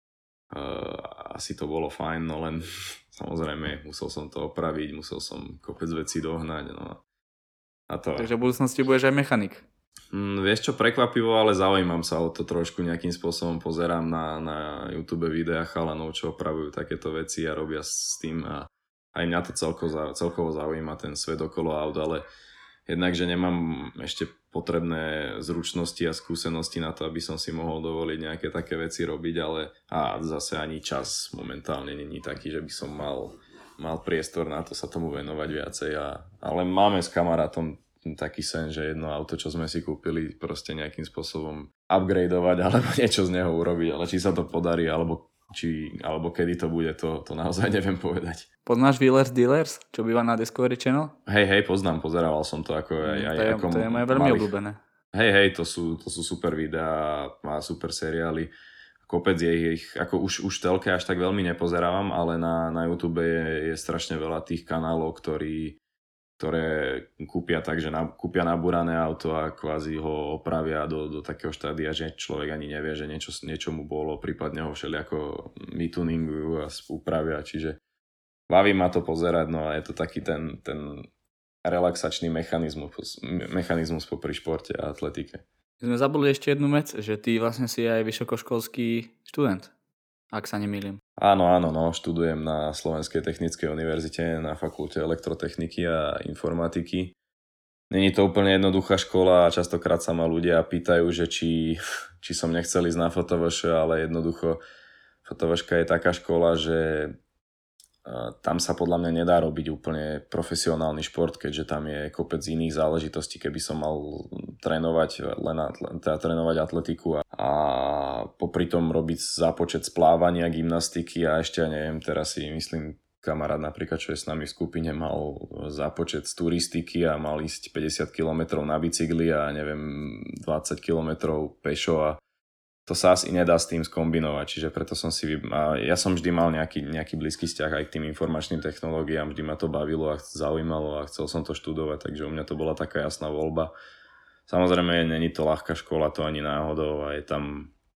asi to bolo fajn, no len samozrejme musel som to opraviť, musel som kopec vecí dohnať, no a to. Takže v budúcnosti budeš aj mechanik? Vieš čo, prekvapivo, ale zaujímam sa o to trošku, nejakým spôsobom pozerám na YouTube videá chalanov, čo opravujú takéto veci a robia s tým a aj mňa to celkovo zaujíma ten svet okolo aut, ale jednak, že nemám ešte potrebné zručnosti a skúsenosti na to, aby som si mohol dovoliť nejaké také veci robiť, a zase ani čas momentálne není taký, že by som mal priestor na to sa tomu venovať viacej. Ale máme s kamarátom taký sen, že jedno auto, čo sme si kúpili, proste nejakým spôsobom upgradeovať alebo niečo z neho urobiť, ale či sa to podarí alebo kedy to bude, to naozaj neviem povedať. Poznáš Wheelers Dealers, čo býva na Discovery Channel? Hej, poznám, pozeral som to ako aj ako to je moje veľmi obľúbené. Hej, to sú super videá a super seriály. Kopec je ich, ako už telke až tak veľmi nepozerávam, ale na YouTube je strašne veľa tých kanálov, ktoré kúpia tak, že kúpia nabúrané auto a kvázi ho opravia do takého štádia, že človek ani nevie, že niečo mu bolo, prípadne ho všelijako vytuningujú a upravia, čiže baví ma to pozerať, no a je to taký ten relaxačný mechanizmus popri športe a atletike. My sme zabudli ešte jednu vec, že ty vlastne si aj vysokoškolský študent, ak sa nemýlim. Áno, študujem na Slovenskej technickej univerzite na fakulte elektrotechniky a informatiky. Není to úplne jednoduchá škola a častokrát sa ma ľudia pýtajú, že či som nechcel ísť na FOTVŠ, ale jednoducho FOTVŠka je taká škola, že tam sa podľa mňa nedá robiť úplne profesionálny šport, keďže tam je kopec iných záležitostí, keby som mal trénovať atletiku a popri tom robiť zápočet splávania, gymnastiky a ešte, neviem, teraz si myslím, kamarát napríklad, čo je s nami v skupine, mal zápočet z turistiky a mal ísť 50 km na bicykli a neviem, 20 km pešo a to sa asi nedá s tým skombinovať, čiže preto ja som vždy mal nejaký blízky vzťah aj k tým informačným technológiám, vždy ma to bavilo a zaujímalo a chcel som to študovať, takže u mňa to bola taká jasná voľba. Samozrejme, není to ľahká škola, to ani náhodou a je tam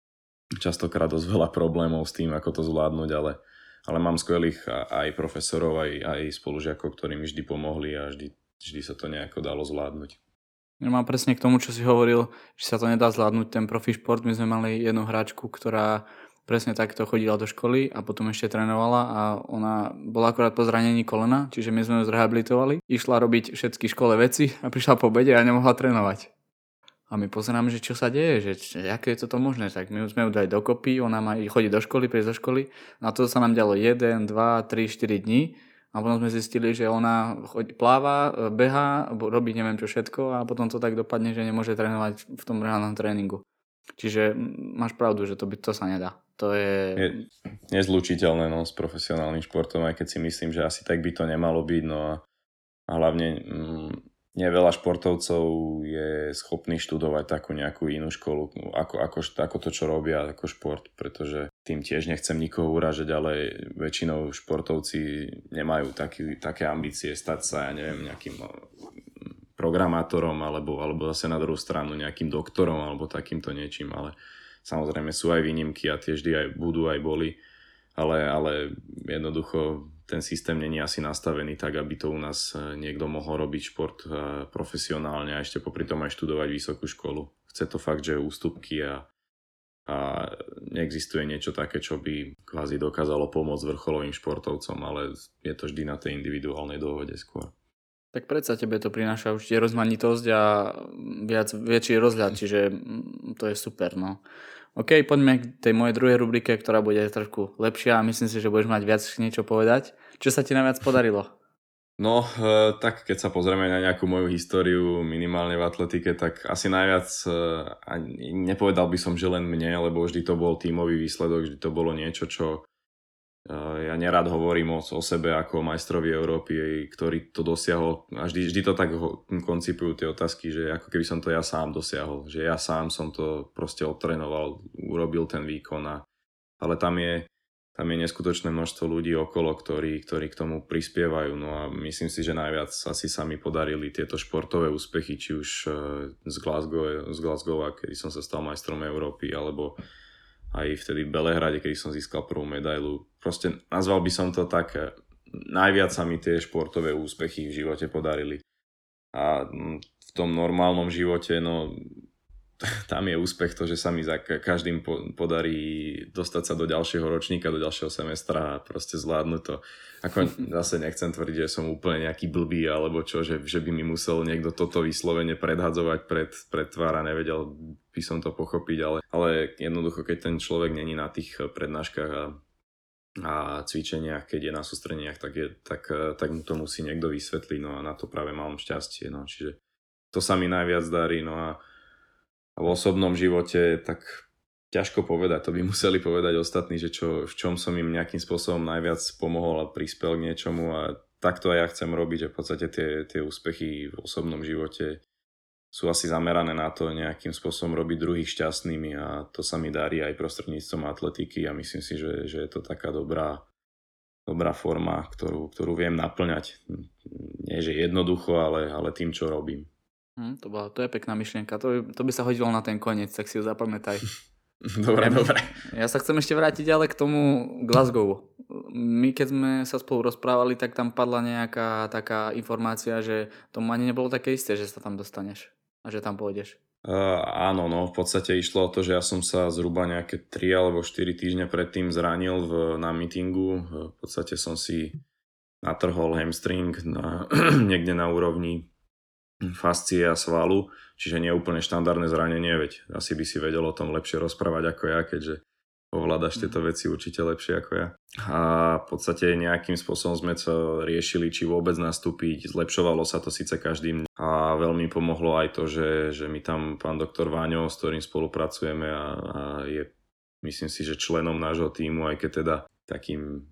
častokrát dosť veľa problémov s tým, ako to zvládnuť, ale mám skvelých aj profesorov, aj spolužiakov, ktorí mi vždy pomohli a vždy sa to nejako dalo zvládnuť. Ja mám presne k tomu, čo si hovoril, že sa to nedá zvládnuť ten profi šport. My sme mali jednu hráčku, ktorá presne takto chodila do školy a potom ešte trénovala a ona bola akorát po zranení kolena, čiže my sme ju zrehabilitovali. Išla robiť všetky škole veci a prišla po obede a nemohla trénovať. A my pozeráme, že čo sa deje, že aké je toto možné. Tak my sme ju dali dokopy, ona má chodiť do školy, prísť do školy. A to sa nám dialo 1, 2, 3, 4 dní. A potom sme zistili, že ona pláva, behá, robí neviem čo všetko a potom to tak dopadne, že nemôže trénovať v tom reálnom tréningu. Čiže máš pravdu, že to sa nedá. To je nezlučiteľné s profesionálnym športom, aj keď si myslím, že asi tak by to nemalo byť. No a hlavne neveľa športovcov je schopný študovať takú nejakú inú školu, ako to, čo robia ako šport, pretože tým tiež nechcem nikoho uražať, ale väčšinou športovci nemajú také ambície stať sa, ja neviem, nejakým programátorom alebo zase na druhú stranu nejakým doktorom alebo takýmto niečím, ale samozrejme sú aj výnimky a tie vždy aj budú, aj boli, ale jednoducho ten systém není asi nastavený tak, aby to u nás niekto mohol robiť šport profesionálne a ešte popri tom aj študovať vysokú školu. Chce to fakt, že ústupky a neexistuje niečo také, čo by kvázi dokázalo pomôcť vrcholovým športovcom, ale je to vždy na tej individuálnej dohode skôr. Tak predsa tebe to prináša určite rozmanitosť a väčší rozhľad, čiže to je super, no. OK, poďme k tej mojej druhej rubrike, ktorá bude trošku lepšia a myslím si, že budeš mať viac niečo povedať. Čo sa ti najviac podarilo? No, tak keď sa pozrieme na nejakú moju históriu minimálne v atletike, tak asi najviac, nepovedal by som, že len mne, lebo vždy to bol tímový výsledok, vždy to bolo niečo, čo ja nerád hovorím o sebe ako o majstrovi Európy, ktorý to dosiahol a vždy to tak koncipujú tie otázky, že ako keby som to ja sám dosiahol, že ja sám som to proste odtrénoval, urobil ten výkon, ale tam je neskutočné množstvo ľudí okolo, ktorí k tomu prispievajú, no a myslím si, že najviac asi sa mi podarili tieto športové úspechy, či už z Glasgowa, kedy som sa stal majstrom Európy, alebo aj vtedy v Belehrade, kedy som získal prvú medailu. Proste nazval by som to tak, najviac sa mi tie športové úspechy v živote podarili. A v tom normálnom živote, no tam je úspech to, že sa mi za každým podarí dostať sa do ďalšieho ročníka, do ďalšieho semestra a proste zvládnuť to. Ako zase nechcem tvrdiť, že som úplne nejaký blbý alebo čo, že by mi musel niekto toto vyslovene predhadzovať pred tvár a nevedel by som to pochopiť, ale jednoducho, keď ten človek není na tých prednáškach a cvičeniach, keď je na sústredeniach, tak mu to musí niekto vysvetliť, no a na to práve mám šťastie, no čiže to sa mi najviac darí, no a v osobnom živote tak ťažko povedať, to by museli povedať ostatní, že v čom som im nejakým spôsobom najviac pomohol a prispel k niečomu a takto aj ja chcem robiť, že v podstate tie úspechy v osobnom živote sú asi zamerané na to nejakým spôsobom robiť druhých šťastnými a to sa mi darí aj prostredníctvom atletiky a myslím si, že je to taká dobrá forma, ktorú viem naplňať. Nie, že jednoducho, ale tým, čo robím. To je pekná myšlienka. To by sa hodilo na ten koniec, tak si ju zapamätaj. Dobre. Ja sa chcem ešte vrátiť ale k tomu Glasgow. My keď sme sa spolu rozprávali, tak tam padla nejaká taká informácia, že tomu ani nebolo také isté, že sa tam dostaneš a že tam pôjdeš. Áno, no v podstate išlo o to, že ja som sa zhruba nejaké 3 alebo 4 týždne predtým zranil na meetingu. V podstate som si natrhol hamstring niekde na úrovni fascie a svalu, čiže nie úplne štandardné zranenie, veď asi by si vedel o tom lepšie rozprávať ako ja, keďže ovládaš tieto veci určite lepšie ako ja. A v podstate nejakým spôsobom sme to riešili, či vôbec nastúpiť, zlepšovalo sa to síce každým a veľmi pomohlo aj to, že mi tam pán doktor Váňo, s ktorým spolupracujeme a je, myslím si, že členom nášho tímu, aj keď teda takým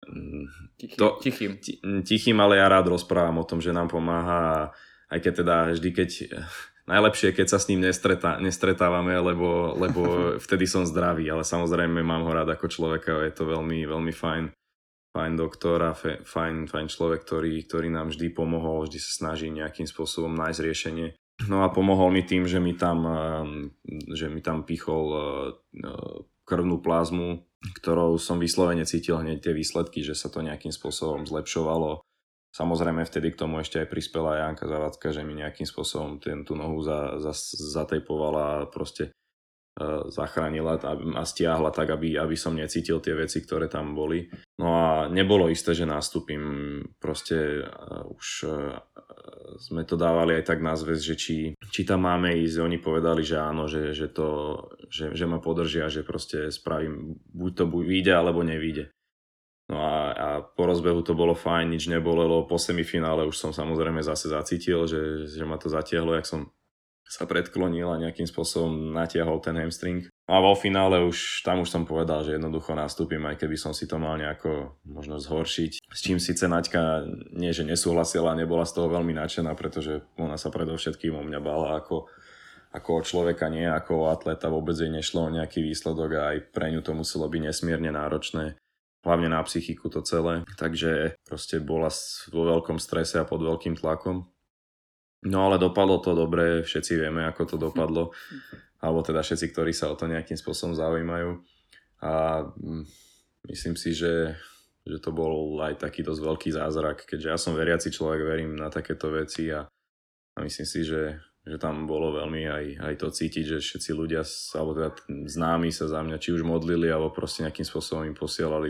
tichým, ale ja rád rozprávam o tom, že nám pomáha. Aj keď teda najlepšie, keď sa s ním nestretávame, lebo vtedy som zdravý, ale samozrejme mám ho rád ako človeka, je to veľmi, veľmi fajn doktor a fajn človek, ktorý nám vždy pomohol, vždy sa snaží nejakým spôsobom nájsť riešenie. No a pomohol mi tým, že mi tam pichol krvnú plazmu, ktorou som vyslovene cítil hneď tie výsledky, že sa to nejakým spôsobom zlepšovalo. Samozrejme vtedy k tomu ešte aj prispela Janka Zavadzka, že mi nejakým spôsobom tú nohu zatejpovala a proste zachránila a stiahla tak, aby som necítil tie veci, ktoré tam boli. No a nebolo isté, že nastúpim. Proste už sme to dávali aj tak na zväz, že či tam máme ísť. Oni povedali, že áno, že ma podržia, že proste spravím, buď to vyjde, alebo nevyjde. No a po rozbehu to bolo fajn, nič nebolelo. Po semifinále už som samozrejme zase zacítil, že ma to zatiahlo, jak som sa predklonil a nejakým spôsobom natiahol ten hamstring. A vo finále tam už som povedal, že jednoducho nastúpim, aj keby som si to mal nejako možno zhoršiť. S čím síce Naďka nie, že nesúhlasila, nebola z toho veľmi nadšená, pretože ona sa predovšetkým o mňa bála ako o človeka, nie ako o atleta. Vôbec jej nešlo o nejaký výsledok a aj pre ňu to muselo byť nesmierne náročné. Hlavne na psychiku to celé. Takže proste bola vo veľkom strese a pod veľkým tlakom. No ale dopadlo to dobre, všetci vieme, ako to dopadlo, alebo teda všetci, ktorí sa o to nejakým spôsobom zaujímajú. A myslím si, že to bol aj taký dosť veľký zázrak, keďže ja som veriaci človek, verím na takéto veci a myslím si, že tam bolo veľmi aj to cítiť, že všetci ľudia, alebo teda známi sa za mňa či už modlili, alebo proste nejakým spôsobom im posielali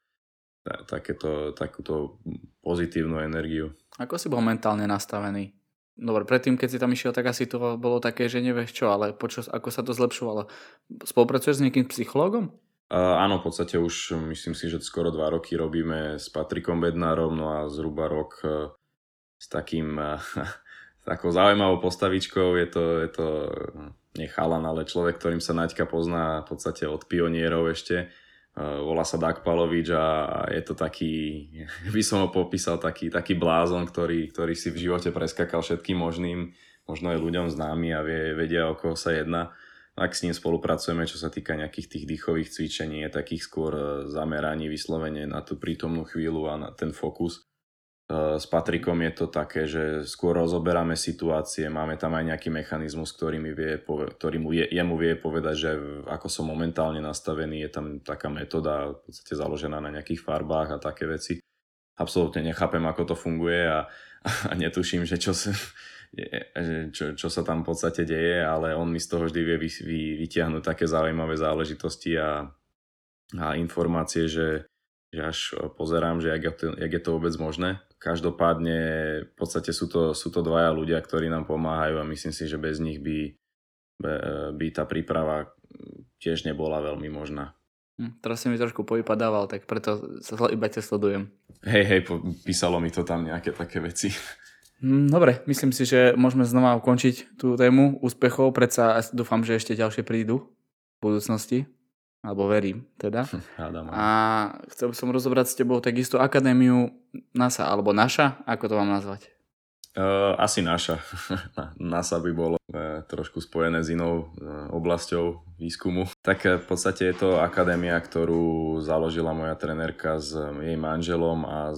takúto pozitívnu energiu. Ako si bol mentálne nastavený? Dobre, predtým, keď si tam išiel, tak asi to bolo také, že nevieš čo, ale ako sa to zlepšovalo? Spolupracuješ s nejakým psychológom? Áno, v podstate už myslím si, že skoro 2 roky robíme s Patrikom Bednárom, no a zhruba rok s takou zaujímavou postavičkou. Je to nie chalan, ale človek, ktorým sa Naďka pozná v podstate od pionierov ešte. Volá sa Dag Palovič a je to taký, by som ho popísal, taký blázon, ktorý si v živote preskakal všetkým možným, možno aj ľuďom známy a vedia, o koho sa jedná. Ak s ním spolupracujeme, čo sa týka nejakých tých dýchových cvičení, je takých skôr zameraní vyslovene na tú prítomnú chvíľu a na ten fokus. S Patrikom je to také, že skôr rozoberáme situácie, máme tam aj nejaký mechanizmus, ktorý mu jemu vie povedať, že ako som momentálne nastavený, je tam taká metóda v podstate založená na nejakých farbách a také veci. Absolútne nechápem, ako to funguje a netuším, že čo sa tam v podstate deje, ale on mi z toho vždy vie vytiahnuť také zaujímavé záležitosti a informácie, že až pozerám, že jak je to vôbec možné. Každopádne v podstate sú to dvaja ľudia, ktorí nám pomáhajú a myslím si, že bez nich by tá príprava tiež nebola veľmi možná. Teraz si mi trošku povypadával, tak preto sa iba ťa sledujem. Hej, písalo mi to tam nejaké také veci. Dobre, myslím si, že môžeme znova ukončiť tú tému úspechov, predsa dúfam, že ešte ďalšie prídu v budúcnosti. Alebo verím teda. A chcel by som rozobrať s tebou takisto akadémiu NASA, alebo naša, ako to mám nazvať? Asi naša. NASA by bolo trošku spojené s inou oblasťou výskumu. Tak v podstate je to akadémia, ktorú založila moja trenérka s jej manželom a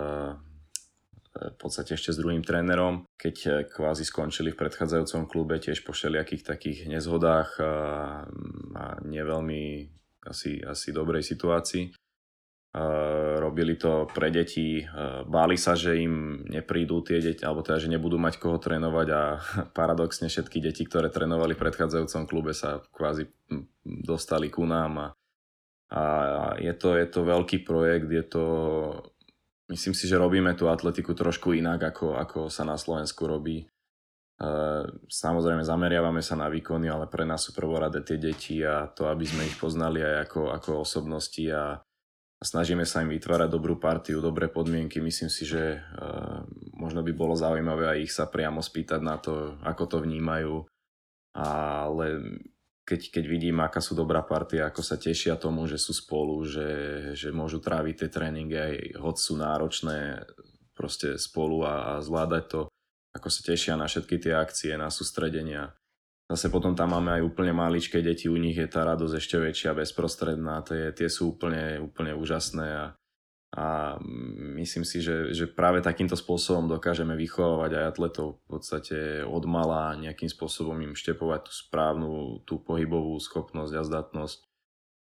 v podstate ešte s druhým trénerom, keď kvázi skončili v predchádzajúcom klube tiež po všelijakých takých nezhodách a neveľmi asi dobrej situácii. Robili to pre deti, báli sa, že im neprídu tie deti, alebo teda, že nebudú mať koho trénovať a paradoxne všetky deti, ktoré trénovali v predchádzajúcom klube sa kvázi dostali ku nám a je to veľký projekt, myslím si, že robíme tú atletiku trošku inak, ako sa na Slovensku robí. Samozrejme zameriavame sa na výkony, ale pre nás sú prvoradé tie deti a to, aby sme ich poznali aj ako osobnosti a snažíme sa im vytvárať dobrú partiu, dobré podmienky. Myslím si, že možno by bolo zaujímavé aj ich sa priamo spýtať na to, ako to vnímajú. Ale keď vidím, aká sú dobrá partia, ako sa tešia tomu, že sú spolu, že môžu tráviť tie tréningy, aj hoď sú náročné proste spolu a zvládať to, ako sa tešia na všetky tie akcie, na sústredenia. Zase potom tam máme aj úplne maličké deti, u nich je tá radosť ešte väčšia, bezprostredná, tie sú úplne úžasné a myslím si, že práve takýmto spôsobom dokážeme vychovávať aj atletov v podstate od mala, nejakým spôsobom im štepovať tú správnu, tú pohybovú schopnosť a zdatnosť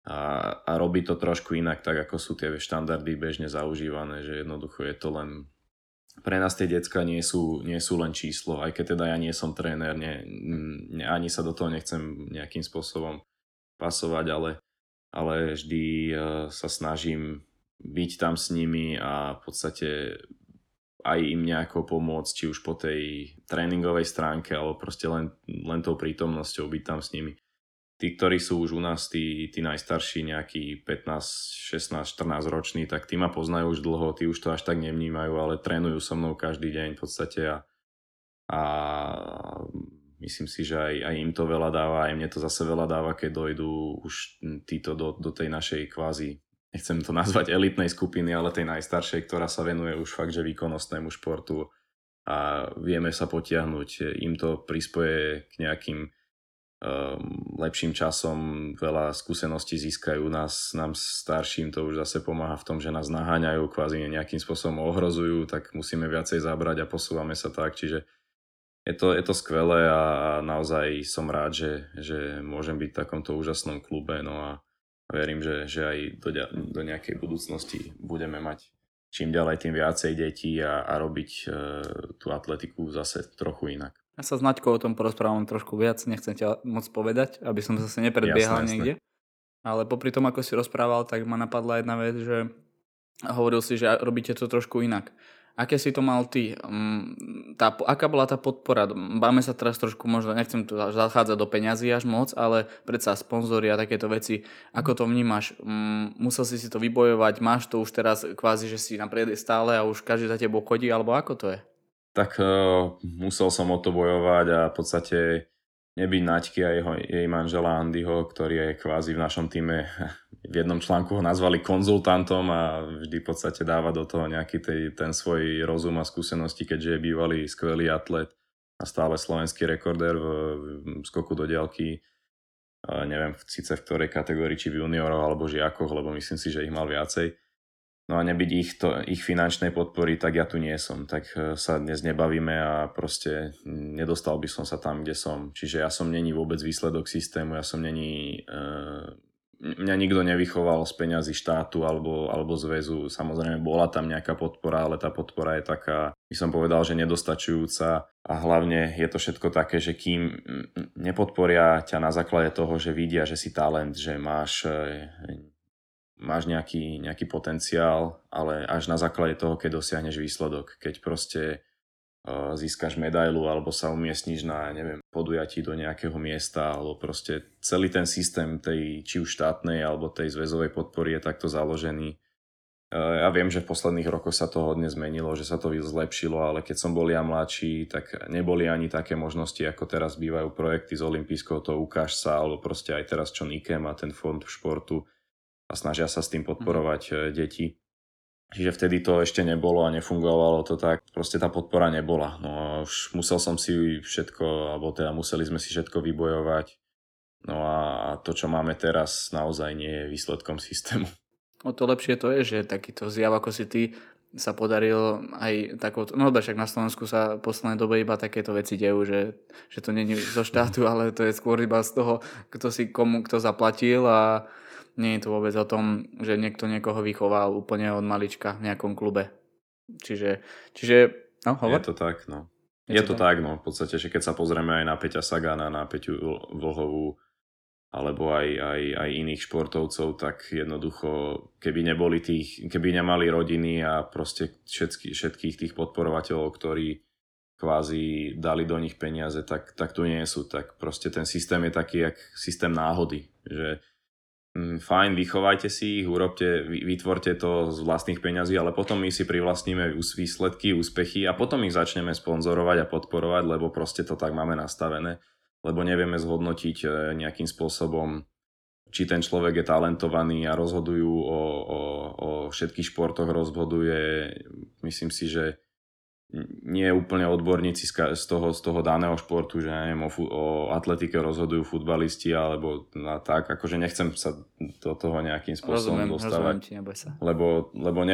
a robí to trošku inak, tak ako sú tie štandardy bežne zaužívané, že jednoducho je to len... Pre nás tie decka nie sú len číslo, aj keď teda ja nie som tréner, ani sa do toho nechcem nejakým spôsobom pasovať, ale vždy sa snažím byť tam s nimi a v podstate aj im nejako pomôcť, či už po tej tréningovej stránke, alebo proste len tou prítomnosťou byť tam s nimi. Tí, ktorí sú už u nás, tí najstarší, nejakí 15, 16, 14 roční, tak tí ma poznajú už dlho, tí už to až tak nevnímajú, ale trénujú so mnou každý deň v podstate a myslím si, že aj im to veľa dáva, aj mne to zase veľa dáva, keď dojdú už títo do tej našej kvázi, nechcem to nazvať elitnej skupiny, ale tej najstaršej, ktorá sa venuje už fakt, že výkonnostnému športu a vieme sa potiahnuť. Im to prispoje k nejakým lepším časom, veľa skúseností získajú nám starším, to už zase pomáha v tom, že nás naháňajú, kvázi nejakým spôsobom ohrozujú, tak musíme viacej zabrať a posúvame sa tak, čiže je to skvelé a naozaj som rád, že môžem byť v takomto úžasnom klube, no a verím, že aj do nejakej budúcnosti budeme mať čím ďalej tým viacej detí a robiť tú atletiku zase trochu inak. Ja sa s Naďkou o tom porozprávam trošku viac, nechcem ťa moc povedať, aby som zase nepredbiehal niekde. Ale popri tom, ako si rozprával, tak ma napadla jedna vec, že hovoril si, že robíte to trošku inak. Aké si to mal ty? Aká bola tá podpora? Báme sa teraz trošku, možno nechcem tu zachádzať do peňazí až moc, ale predsa sponzori a takéto veci. Ako to vnímaš? Musel si to vybojovať? Máš to už teraz kvázi, že si na stále a už každý za tebou chodí? Alebo ako to je? Tak musel som o to bojovať a v podstate nebyť Naďky a jej manžela Andyho, ktorý je kvázi v našom týme, v jednom článku ho nazvali konzultantom a vždy v podstate dáva do toho nejaký ten svoj rozum a skúsenosti, keďže je bývalý skvelý atlet a stále slovenský rekordér v skoku do diaľky. Neviem síce v ktorej kategórii, či v junioroch alebo žiakoch, lebo myslím si, že ich mal viacej. No a nebyť ich finančnej podpory, tak ja tu nie som. Tak sa dnes nebavíme a proste nedostal by som sa tam, kde som. Čiže ja som není vôbec výsledok systému, mňa nikto nevychoval z peňazí štátu alebo zväzu. Samozrejme bola tam nejaká podpora, ale tá podpora je taká, by som povedal, že nedostačujúca a hlavne je to všetko také, že kým nepodporia ťa na základe toho, že vidia, že si talent, že máš nejaký potenciál, ale až na základe toho, keď dosiahneš výsledok. Keď proste získaš medailu alebo sa umiestniš na, podujatí do nejakého miesta, alebo proste celý ten systém tej či už štátnej alebo tej zväzovej podpory je takto založený. Ja viem, že v posledných rokoch sa to hodne zmenilo, že sa to zlepšilo, ale keď som bol ja mladší, tak neboli ani také možnosti, ako teraz bývajú projekty z olympijského, to ukáž sa, alebo proste aj teraz, čo Nike má ten fond športu a snažia sa s tým podporovať deti. Čiže vtedy to ešte nebolo a nefungovalo to tak. Proste tá podpora nebola. No a už musel som si všetko, alebo teda museli sme si všetko vybojovať. No a to, čo máme teraz, naozaj nie je výsledkom systému. O to lepšie to je, že takýto zjav ako si ty sa podaril aj takouto, no však na Slovensku sa v poslednej dobe iba takéto veci dejú, že to nie je zo štátu, ale to je skôr iba z toho, kto zaplatil a nie je to vôbec o tom, že niekto niekoho vychoval úplne od malička v nejakom klube. Čiže no, hovor? Je to tak, no. Je to tak, no. V podstate, že keď sa pozrieme aj na Peťa Sagana, na Peťu Vlhovú, alebo aj iných športovcov, tak jednoducho, keby nemali rodiny a proste všetkých tých podporovateľov, ktorí kvázi dali do nich peniaze, tak tu nie sú. Tak proste ten systém je taký, jak systém náhody, že fajn, vychovajte si ich, vytvorte to z vlastných peňazí, ale potom my si privlastníme výsledky, úspechy a potom ich začneme sponzorovať a podporovať, lebo proste to tak máme nastavené, lebo nevieme zhodnotiť nejakým spôsobom, či ten človek je talentovaný a rozhodujú o všetkých športoch, rozhoduje, myslím si, že nie úplne odborníci z toho daného športu, že neviem, o atletike rozhodujú futbalisti alebo tak, akože nechcem sa do toho nejakým spôsobom dostávať, lebo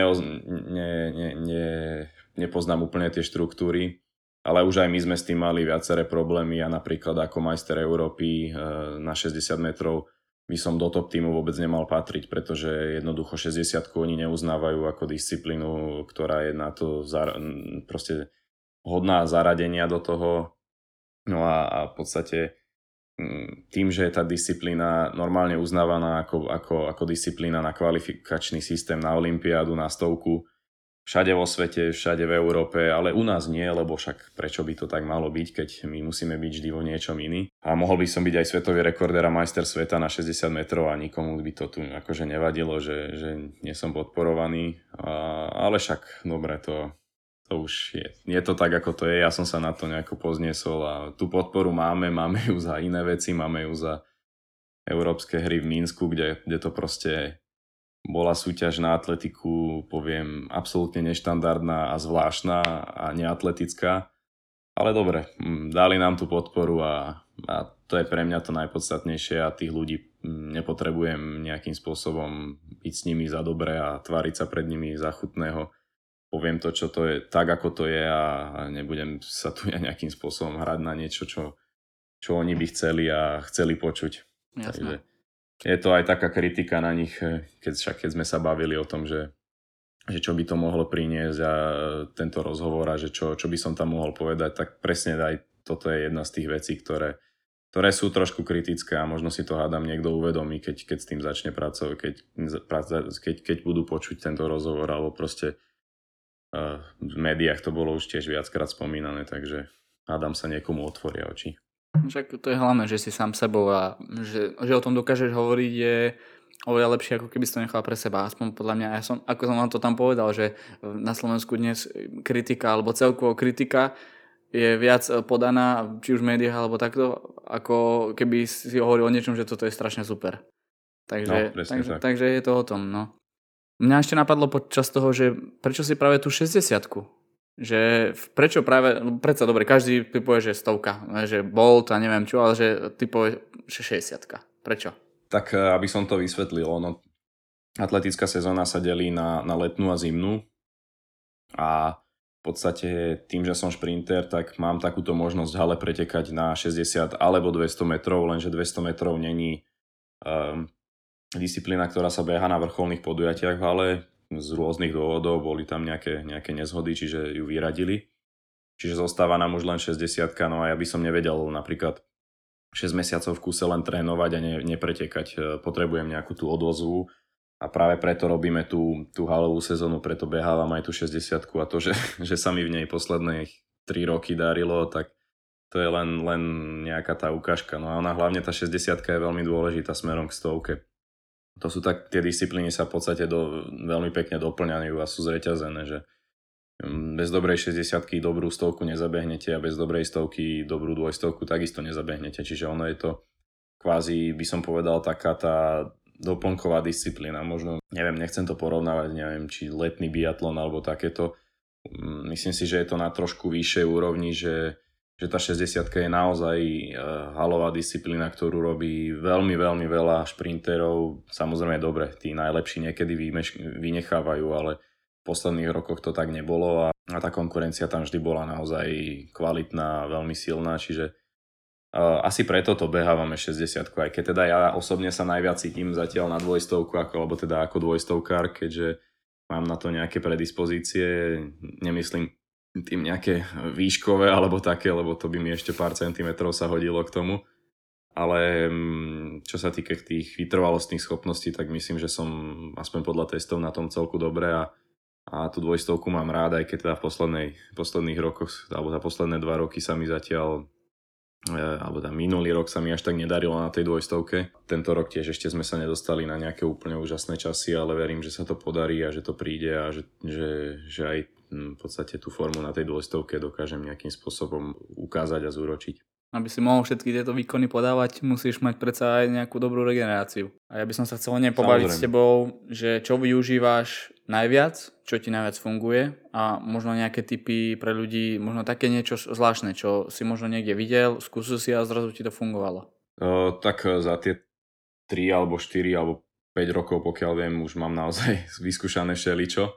nepoznám úplne tie štruktúry, ale už aj my sme s tým mali viaceré problémy. Ja napríklad ako majster Európy na 60 metrov by som do top týmu vôbec nemal patriť, pretože jednoducho 60 oni neuznávajú ako disciplínu, ktorá je na to proste hodná zaradenia do toho. No a v podstate tým, že je tá disciplína normálne uznávaná ako disciplína na kvalifikačný systém na olympiádu, na stovku, všade vo svete, všade v Európe, ale u nás nie, lebo však prečo by to tak malo byť, keď my musíme byť vždy vo niečom iný. A mohol by som byť aj svetový rekordér a majster sveta na 60 metrov a nikomu by to tu akože nevadilo, že nie som podporovaný. Ale však, dobre, to už je to tak, ako to je. Ja som sa na to nejako pozniesol a tú podporu máme ju za iné veci, máme ju za európske hry v Minsku, kde to proste bola súťaž na atletiku, poviem, absolútne neštandardná a zvláštna a neatletická. Ale dobre, dali nám tú podporu a to je pre mňa to najpodstatnejšie a tých ľudí nepotrebujem nejakým spôsobom byť s nimi za dobre a tváriť sa pred nimi za chutného. Poviem to, čo to je, tak ako to je a nebudem sa tu ja nejakým spôsobom hrať na niečo, čo oni by chceli a chceli počuť. Jasné. Takže je to aj taká kritika na nich, keď sme sa bavili o tom, že čo by to mohlo priniesť a tento rozhovor a že čo by som tam mohol povedať, tak presne aj toto je jedna z tých vecí, ktoré sú trošku kritické a možno si to hádam niekto uvedomí, keď s tým začne pracovať, keď budú počuť tento rozhovor alebo proste v médiách to bolo už tiež viackrát spomínané, takže hádam sa niekomu otvoria oči. Však to je hlavné, že si sám sebou a že o tom dokážeš hovoriť je oveľa lepšie, ako keby si to nechal pre seba. Aspoň podľa mňa, ako som vám to tam povedal, že na Slovensku dnes kritika alebo celkovo kritika je viac podaná, či už v médiách alebo takto, ako keby si hovoril o niečom, že toto je strašne super. Takže je to o tom, no. Mňa ešte napadlo počas toho, že prečo si práve tú 60-ku? Že prečo práve, predsa dobre, každý ty povie, že 100, že Bolt a neviem čo, ale že ty povie, že 60-ka. Prečo? Tak aby som to vysvetlil, atletická sezóna sa delí na letnú a zimnú a v podstate tým, že som šprinter, tak mám takúto možnosť v hale pretekať na 60 alebo 200 metrov, lenže 200 metrov není disciplína, ktorá sa beha na vrcholných podujatiach v hale z rôznych dôvodov, boli tam nejaké nezhody, čiže ju vyradili. Čiže zostáva nám už len 60-ka, no a ja by som nevedel napríklad 6 mesiacov v kuse len trénovať a nepretekať. Potrebujem nejakú tú odozvu a práve preto robíme tú halovú sezónu, preto behávam aj tú 60-ku a to, že sa mi v nej posledné 3 roky darilo, tak to je len nejaká tá ukážka. No a ona hlavne tá 60-ka je veľmi dôležitá smerom k stovke. To sú tak, tie disciplíny sa v podstate veľmi pekne doplňajú a sú zreťazené, že bez dobrej 60-ky dobrú stovku nezabehnete a bez dobrej stovky dobrú dvojstovku takisto nezabehnete. Čiže ono je to kvázi, by som povedal, taká tá doplnková disciplína. Možno, nechcem to porovnávať, či letný biatlon alebo takéto. Myslím si, že je to na trošku vyššej úrovni, že tá 60-ka je naozaj halová disciplína, ktorú robí veľmi, veľmi veľa šprinterov. Samozrejme dobre, tí najlepší niekedy vynechávajú, ale v posledných rokoch to tak nebolo a tá konkurencia tam vždy bola naozaj kvalitná, veľmi silná, čiže asi preto to behávame 60-ku, aj keď teda ja osobne sa najviac cítim zatiaľ na dvojstovku, alebo teda ako dvojstovkár, keďže mám na to nejaké predispozície, nemyslím tým nejaké výškové alebo také, lebo to by mi ešte pár centimetrov sa hodilo k tomu. Ale čo sa týka tých vytrvalostných schopností, tak myslím, že som aspoň podľa testov na tom celku dobre a tú dvojstovku mám rád, aj keď teda v posledných rokoch, alebo za posledné 2 roky sa mi zatiaľ, alebo minulý rok sa mi až tak nedarilo na tej dvojstovke. Tento rok tiež ešte sme sa nedostali na nejaké úplne úžasné časy, ale verím, že sa to podarí a že to príde a že aj v podstate tú formu na tej dvojstovke dokážem nejakým spôsobom ukázať a zúročiť. Aby si mohol všetky tieto výkony podávať, musíš mať predsa aj nejakú dobrú regeneráciu. A ja by som sa chcel pobaviť s tebou, že čo využívaš najviac, čo ti najviac funguje a možno nejaké tipy pre ľudí, možno také niečo zvláštne, čo si možno niekde videl, skúsil si a zrazu ti to fungovalo. Tak za tie 3 alebo 4 alebo 5 rokov, pokiaľ viem, už mám naozaj vyskúšané všeličo.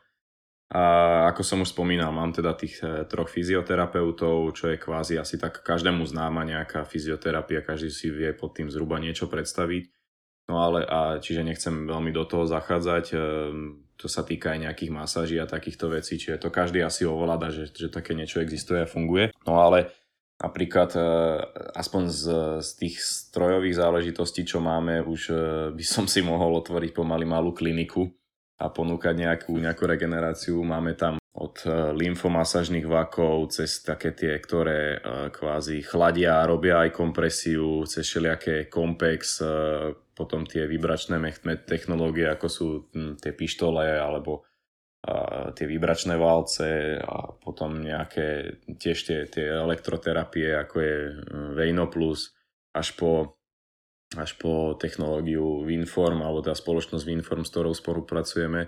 A ako som už spomínal, mám teda tých 3 fyzioterapeutov, čo je kvázi asi tak každému známa nejaká fyzioterapia, každý si vie pod tým zhruba niečo predstaviť. No ale čiže nechcem veľmi do toho zachádzať, to sa týka aj nejakých masáží a takýchto vecí, čiže to každý asi ovláda, že také niečo existuje a funguje. No ale napríklad aspoň z tých strojových záležitostí, čo máme, už by som si mohol otvoriť pomaly malú kliniku a ponúkať nejakú regeneráciu. Máme tam od lymfomasážnych vakov cez také tie, ktoré kvázi chladia a robia aj kompresiu, cez všelijaké Compex, potom tie vibračné technológie, ako sú tie pištole alebo tie vibračné valce a potom nejaké tiež tie elektroterapie, ako je Veinoplus, až po technológiu Winform, alebo tá spoločnosť Winform, s ktorou spolupracujeme.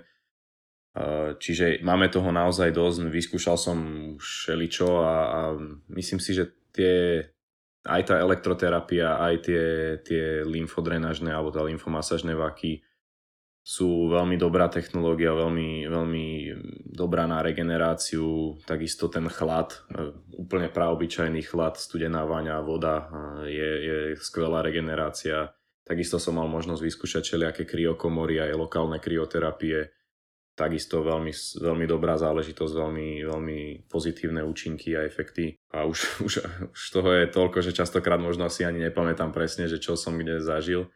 Čiže máme toho naozaj dosť, vyskúšal som všeličo a myslím si, že aj tá elektroterapia, aj tie lymfodrenažné alebo tá lymfomasážne vaky sú veľmi dobrá technológia, veľmi, veľmi dobrá na regeneráciu. Takisto ten chlad, úplne praobyčajný chlad, studená vaňa, voda je skvelá regenerácia. Takisto som mal možnosť vyskúšať všelijaké kryokomory aj lokálne kryoterapie. Takisto veľmi, veľmi dobrá záležitosť, veľmi, veľmi pozitívne účinky a efekty. A už toho je toľko, že častokrát možno asi ani nepamätám presne, že čo som kde zažil.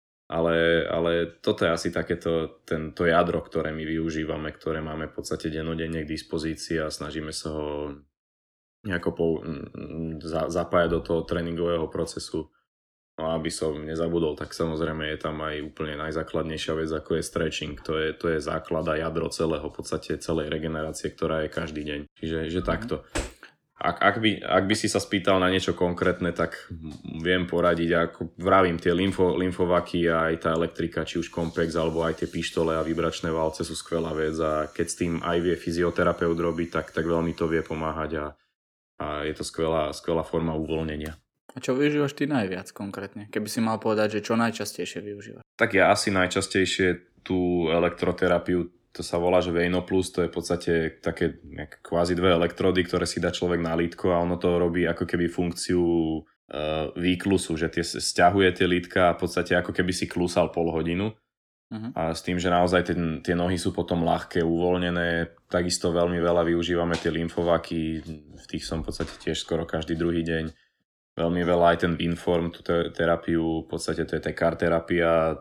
Ale toto je asi takéto to jadro, ktoré my využívame, ktoré máme v podstate dennodenne k dispozícii a snažíme sa ho nejako zapájať do toho tréningového procesu. No a aby som nezabudol, tak samozrejme je tam aj úplne najzákladnejšia vec, ako je stretching. To je základ a jadro celého, v podstate celej regenerácie, ktorá je každý deň. Čiže takto. Ak by si sa spýtal na niečo konkrétne, tak viem poradiť. Ako vravím, tie lymfovaky a aj tá elektrika, či už Compex, alebo aj tie pištole a vibračné valce sú skvelá vec a keď s tým aj vie fyzioterapeut robiť, tak veľmi to vie pomáhať a je to skvelá forma uvoľnenia. A čo využívaš ty najviac konkrétne? Keby si mal povedať, že čo najčastejšie využívaš? Tak ja asi najčastejšie tú elektroterapiu, to sa volá, že Veinoplus, to je v podstate také kvázi 2 elektrody, ktoré si dá človek na lítko a ono to robí ako keby funkciu výklusu, že sťahuje tie lítka a v podstate ako keby si klusal pol hodinu. A s tým, že naozaj tie nohy sú potom ľahké, uvoľnené, takisto veľmi veľa využívame tie lymfovaky, v tých som v podstate tiež skoro každý druhý deň. Veľmi veľa aj ten Winform, tú terapiu, v podstate to je TKR terapia,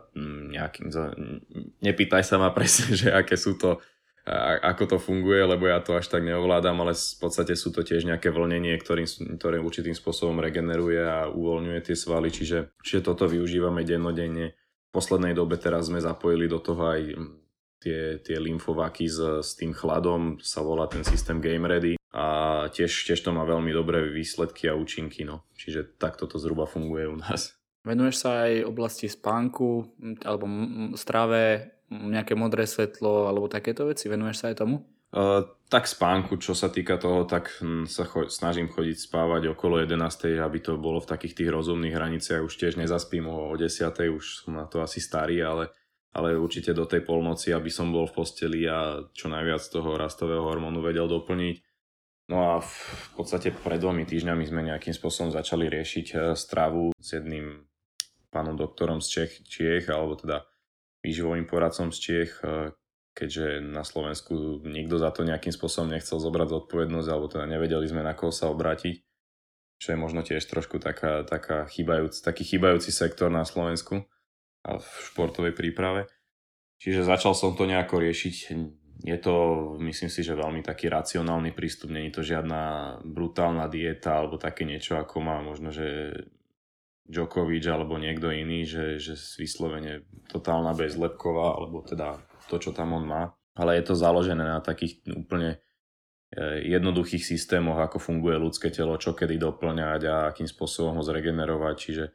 nepýtaj sa ma presne, že aké sú to, ako to funguje, lebo ja to až tak neovládam, ale v podstate sú to tiež nejaké vlnenie, ktoré určitým spôsobom regeneruje a uvoľňuje tie svaly, čiže toto využívame dennodenne. V poslednej dobe teraz sme zapojili do toho aj tie lymfovaky s tým chladom, sa volá ten systém Game Ready. A tiež to má veľmi dobré výsledky a účinky, no. Čiže takto to zhruba funguje u nás. Venuješ sa aj oblasti spánku alebo strave, nejaké modré svetlo alebo takéto veci? Venuješ sa aj tomu? Tak spánku, čo sa týka toho, tak sa snažím chodiť spávať okolo 11, aby to bolo v takých tých rozumných hraniciach. Už tiež nezaspím o 10, už som na to asi starý, ale určite do tej polnoci, aby som bol v posteli a čo najviac toho rastového hormónu vedel doplniť. No a v podstate pred 2 týždňami sme nejakým spôsobom začali riešiť stravu s jedným pánom doktorom z Čiech, alebo teda výživovým poradcom z Čiech, keďže na Slovensku nikto za to nejakým spôsobom nechcel zobrať zodpovednosť, alebo teda nevedeli sme, na koho sa obrátiť, čo je možno tiež trošku taký chýbajúci sektor na Slovensku a v športovej príprave. Čiže začal som to nejako riešiť. Je to, myslím si, že veľmi taký racionálny prístup, nie je to žiadna brutálna dieta alebo také niečo, ako má možno, že Djokovic alebo niekto iný, že vyslovene totálna bezlepková, alebo teda to, čo tam on má. Ale je to založené na takých úplne jednoduchých systémoch, ako funguje ľudské telo, čo kedy doplňať a akým spôsobom ho zregenerovať. Čiže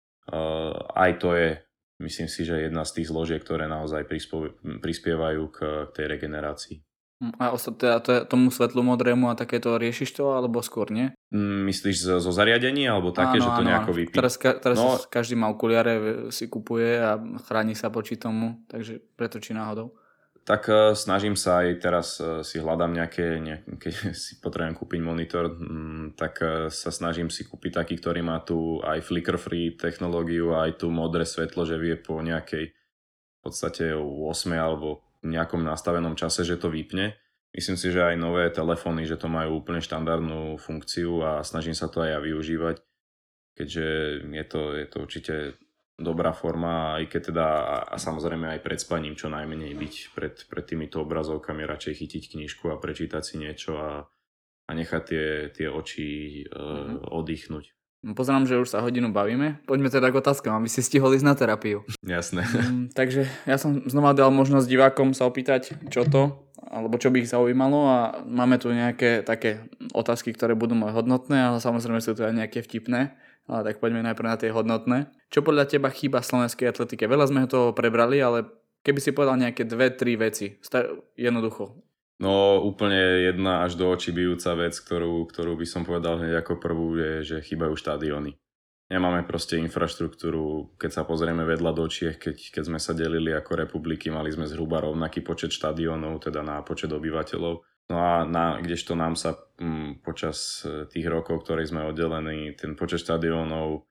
aj to je, myslím si, že jedna z tých zložiek, ktoré naozaj prispievajú k tej regenerácii. A tomu svetlu modrému a takéto riešiš to, alebo skôr nie? Myslíš zo zariadení, alebo také, že to nejako vypí? Teraz každý má okuliare, si kupuje a chráni sa voči tomu, takže preto či náhodou? Snažím sa aj teraz si hľadám keď si potrebujem kúpiť monitor, tak sa snažím si kúpiť taký, ktorý má tu aj flicker-free technológiu, aj tu modré svetlo, že vie po nejakej v podstate 8 alebo nejakom nastavenom čase, že to vypne. Myslím si, že aj nové telefóny, že to majú úplne štandardnú funkciu a snažím sa to aj ja využívať, keďže je to určite dobrá forma, aj keď teda a samozrejme aj pred spaním čo najmenej byť pred týmito obrazovkami, radšej chytiť knižku a prečítať si niečo a nechať tie oči oddychnúť. Pozerám, že už sa hodinu bavíme. Poďme teda k otázkam, aby si stihol ísť na terapiu. Jasné. Takže ja som znova dal možnosť divákom sa opýtať, čo to, alebo čo by ich zaujímalo a máme tu nejaké také otázky, ktoré budú moje hodnotné, ale samozrejme sú tu aj nejaké vtipné. Ale tak poďme najprv na tie hodnotné. Čo podľa teba chýba slovenskej atletike? Veľa sme toho prebrali, ale keby si povedal nejaké 2-3 veci, jednoducho. No úplne jedna až do očí bijúca vec, ktorú by som povedal hneď ako prvú, je, že chýbajú štadióny. Nemáme proste infraštruktúru, keď sa pozrieme vedľa do Čiech, keď sme sa delili ako republiky, mali sme zhruba rovnaký počet štadiónov, teda na počet obyvateľov. No a kdežto nám sa počas tých rokov, ktoré sme oddelení, ten počet štadiónov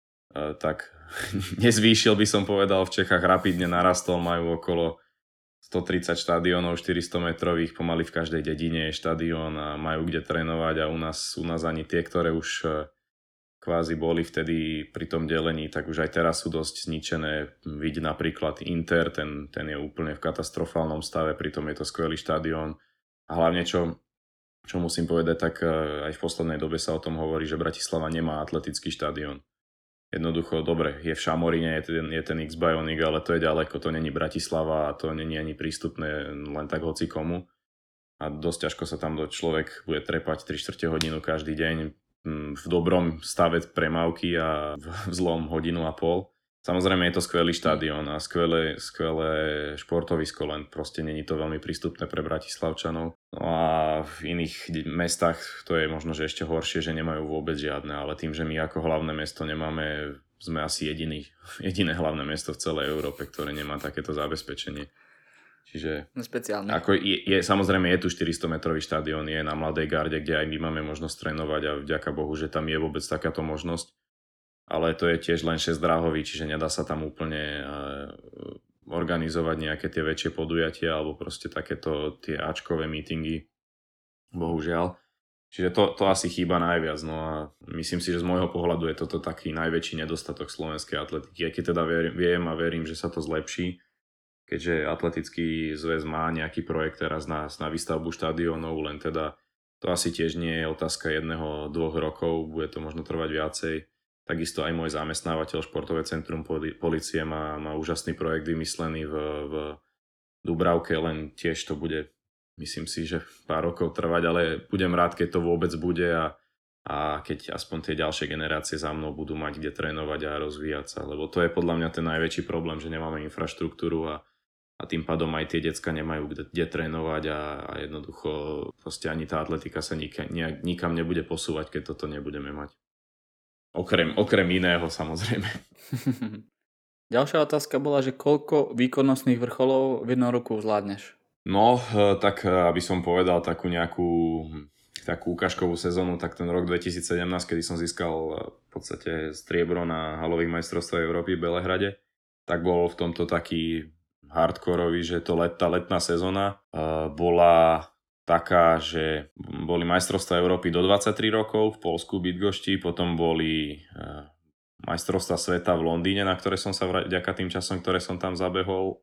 tak nezvýšil, by som povedal, v Čechách rapidne narastol, majú okolo 130 štadiónov 400 metrových, pomaly v každej dedine je štadión a majú kde trénovať a u nás ani tie, ktoré už kvázi boli vtedy pri tom delení, tak už aj teraz sú dosť zničené. Vidí napríklad Inter, ten je úplne v katastrofálnom stave, pritom je to skvelý štadión. A hlavne, čo musím povedať, tak aj v poslednej dobe sa o tom hovorí, že Bratislava nemá atletický štadión. Jednoducho, dobre, je v Šamoríne, je ten X-Bionic, ale to je ďaleko, to není Bratislava a to není ani prístupné len tak hoci komu. A dosť ťažko sa tam človek bude trepať 3/4 hodinu každý deň v dobrom stave premávky a v zlom 1,5 hodiny. Samozrejme je to skvelý štadión a skvelé športovisko, len proste není to veľmi prístupné pre Bratislavčanov. No a v iných mestách to je možno, že ešte horšie, že nemajú vôbec žiadne, ale tým, že my ako hlavné mesto nemáme, sme asi jediné hlavné mesto v celej Európe, ktoré nemá takéto zabezpečenie. Čiže speciálne. Ako samozrejme je tu 400-metrový štadión, je na Mladej garde, kde aj my máme možnosť trénovať a vďaka Bohu, že tam je vôbec takáto možnosť. Ale to je tiež len 6-dráhový, čiže nedá sa tam úplne organizovať nejaké tie väčšie podujatia alebo proste takéto tie áčkové meetingy. Bohužiaľ. Čiže to asi chýba najviac. No a myslím si, že z môjho pohľadu je toto taký najväčší nedostatok slovenskej atletiky. Aj keď teda viem a verím, že sa to zlepší, keďže atletický zväz má nejaký projekt teraz na výstavbu štadiónov, len teda to asi tiež nie je otázka 1-2 rokov, bude to možno trvať viacej. Takisto aj môj zamestnávateľ Športové centrum polície má úžasný projekt vymyslený v Dubravke, len tiež to bude, myslím si, že pár rokov trvať, ale budem rád, keď to vôbec bude a keď aspoň tie ďalšie generácie za mnou budú mať kde trénovať a rozvíjať sa, lebo to je podľa mňa ten najväčší problém, že nemáme infraštruktúru a tým pádom aj tie decka nemajú kde trénovať a jednoducho proste ani tá atletika sa nikam nebude posúvať, keď toto nebudeme mať. Okrem iného, samozrejme. Ďalšia otázka bola, že koľko výkonnostných vrcholov v jednom roku zvládneš? No, tak aby som povedal takú ukážkovú sezónu, tak ten rok 2017, kedy som získal v podstate striebro na halových majstrovstvách Európy v Belehrade, tak bol v tomto taký hardkorový, že tá letná sezóna bola taká, že boli majstrovstvá Európy do 23 rokov v Poľsku, Bydgošti, potom boli majstrovstvá sveta v Londýne, na ktoré som sa vďaka tým časom, ktoré som tam zabehol.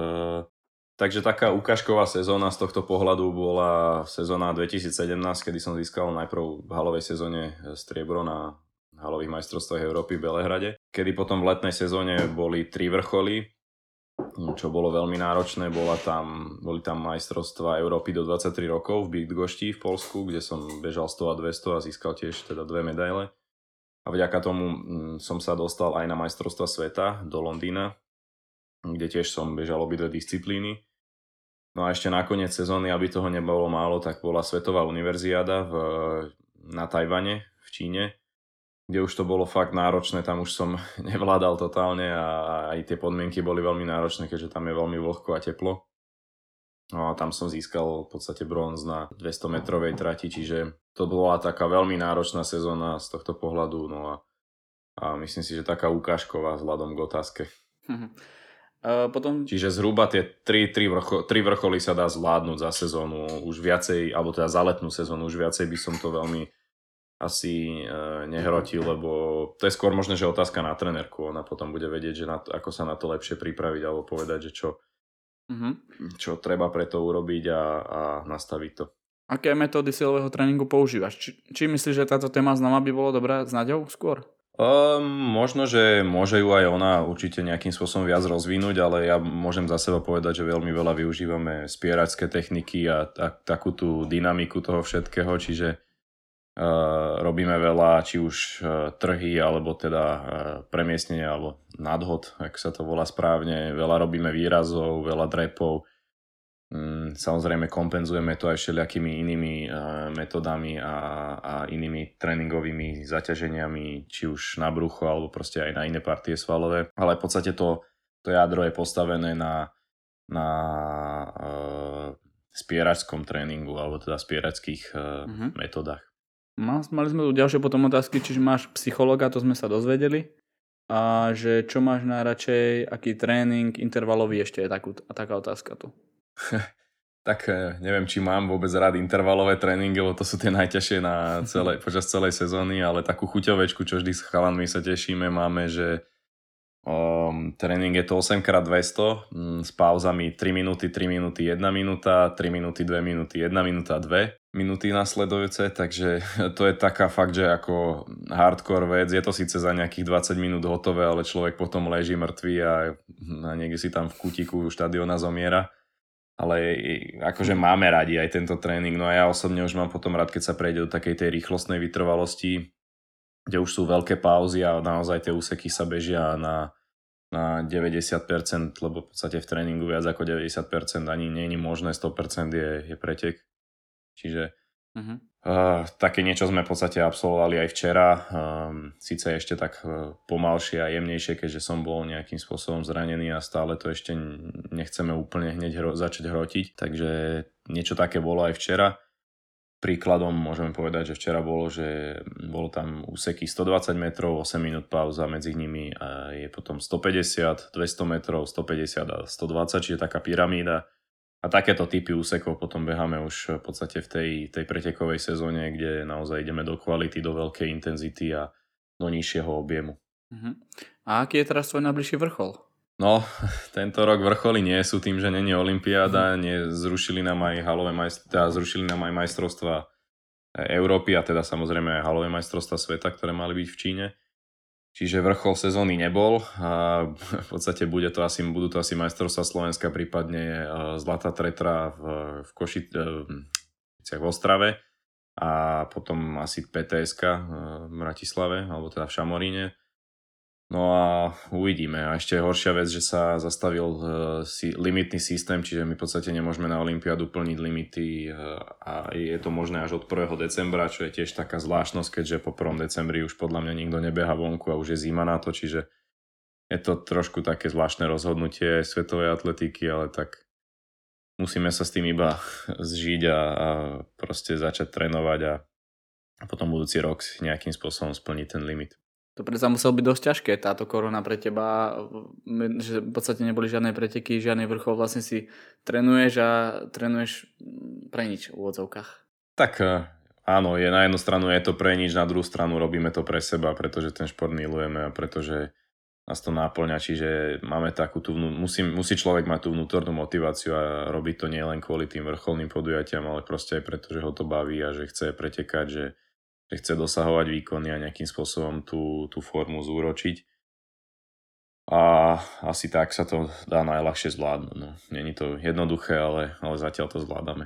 Takže taká ukážková sezóna z tohto pohľadu bola sezóna 2017, kedy som získal najprv v halovej sezóne striebro na halových majstrovstvách Európy v Belehrade, kedy potom v letnej sezóne boli 3 vrcholy, čo bolo veľmi náročné. Boli tam majstrovstvá Európy do 23 rokov v Bydgošti v Poľsku, kde som bežal 100 a 200 a získal tiež teda 2 medaile. A vďaka tomu som sa dostal aj na majstrovstvá sveta do Londýna, kde tiež som bežal obidve disciplíny. No a ešte nakoniec sezóny, aby toho nebolo málo, tak bola Svetová univerziáda na Tajvane v Číne, kde už to bolo fakt náročné, tam už som nevládal totálne a aj tie podmienky boli veľmi náročné, keďže tam je veľmi vlhko a teplo. No a tam som získal v podstate bronz na 200 metrovej trati, čiže to bola taká veľmi náročná sezóna z tohto pohľadu, no a myslím si, že taká ukážková vzhľadom k otázke. Potom... Čiže zhruba tie tri vrcholy sa dá zvládnuť za sezónu, už viacej, alebo teda za letnú sezónu, už viacej by som to veľmi asi nehrotil, lebo to je skôr možno, že otázka na trenérku, ona potom bude vedieť, že ako sa na to lepšie pripraviť, alebo povedať, že čo treba pre to urobiť a nastaviť to. Aké metódy silového tréningu používaš? Či myslíš, že táto téma znova by bolo dobrá s Naďou skôr? Možno, že môže ju aj ona určite nejakým spôsobom viac rozvinúť, ale ja môžem za seba povedať, že veľmi veľa využívame spieračské techniky a takú tú dynamiku toho všetkého, čiže robíme veľa, či už trhy, alebo teda premiestnenie, alebo nadhod, ak sa to volá správne. Veľa robíme výrazov, veľa drepov. Samozrejme kompenzujeme to aj všelijakými inými metodami a inými tréningovými zaťaženiami, či už na brucho, alebo proste aj na iné partie svalové. Ale v podstate to jadro je postavené na spieračskom tréningu, alebo teda spieračských metodách. Mali sme tu ďalšie potom otázky, čiže máš psychologa, to sme sa dozvedeli. A že čo máš najradšej, aký tréning, intervalový, ešte je taká otázka tu. Tak neviem, či mám vôbec rád intervalové tréningy, lebo to sú tie najťažšie počas celej sezóny, ale takú chuťovečku, čo vždy s chalanmi sa tešíme, máme, že tréning je to 8x200 s pauzami 3 minúty, 3 minúty, 1 minúta, 3 minúty, 2 minúty, 1 minúta, 2 minúty nasledujúce, takže to je taká fakt, že ako hardcore vec, je to síce za nejakých 20 minút hotové, ale človek potom leží mŕtvý a niekde si tam v kútiku štadióna zomiera, ale akože máme radi aj tento tréning, no a ja osobne už mám potom rád, keď sa prejde do takej tej rýchlostnej vytrvalosti, kde už sú veľké pauzy a naozaj tie úseky sa bežia na 90%, lebo v podstate v tréningu viac ako 90% ani nie je možné, 100% je pretek. Čiže také niečo sme v podstate absolvovali aj včera, síce ešte tak pomalšie a jemnejšie, keďže som bol nejakým spôsobom zranený a stále to ešte nechceme úplne hneď začať hrotiť, takže niečo také bolo aj včera. Príkladom môžeme povedať, že včera bolo tam úseky 120 metrov, 8 minút pauza medzi nimi a je potom 150, 200 metrov, 150 a 120, čiže taká pyramída. A takéto typy úsekov potom beháme už v podstate v tej pretekovej sezóne, kde naozaj ideme do kvality, do veľkej intenzity a do nižšieho objemu. A aký je teraz tvoj najbližší vrchol? No, tento rok vrcholy nie sú tým, že není olympiáda, zrušili nám aj majstrovstvá Európy a teda samozrejme aj halové majstrovstvá sveta, ktoré mali byť v Číne. Čiže vrchol sezóny nebol a v podstate budú to asi majstrovstvá Slovenska, prípadne Zlatá tretra v Ostrave a potom asi PTSK v Bratislave, alebo teda v Šamoríne. No a uvidíme. A ešte horšia vec, že sa zastavil limitný systém, čiže my v podstate nemôžeme na olympiádu plniť limity a je to možné až od 1. decembra, čo je tiež taká zvláštnosť, keďže po 1. decembri už podľa mňa nikto nebeha vonku a už je zima na to, čiže je to trošku také zvláštne rozhodnutie svetovej atletiky, ale tak musíme sa s tým iba zžiť a proste začať trénovať a potom budúci rok nejakým spôsobom splniť ten limit. To predsa muselo byť dosť ťažké, táto korona pre teba, že v podstate neboli žiadne preteky, žiadny vrchol, vlastne si trénuješ pre nič v úvodzovkách. Tak áno, na jednu stranu je to pre nič, na druhú stranu robíme to pre seba, pretože ten šport milujeme a pretože nás to náplňa, čiže máme takú musí človek mať tú vnútornú motiváciu a robiť to nielen kvôli tým vrcholným podujatiam, ale proste aj preto, že ho to baví a že chce pretekať, že chce dosahovať výkony a nejakým spôsobom tú formu zúročiť. A asi tak sa to dá najľahšie zvládnuť. No, není to jednoduché, ale zatiaľ to zvládame.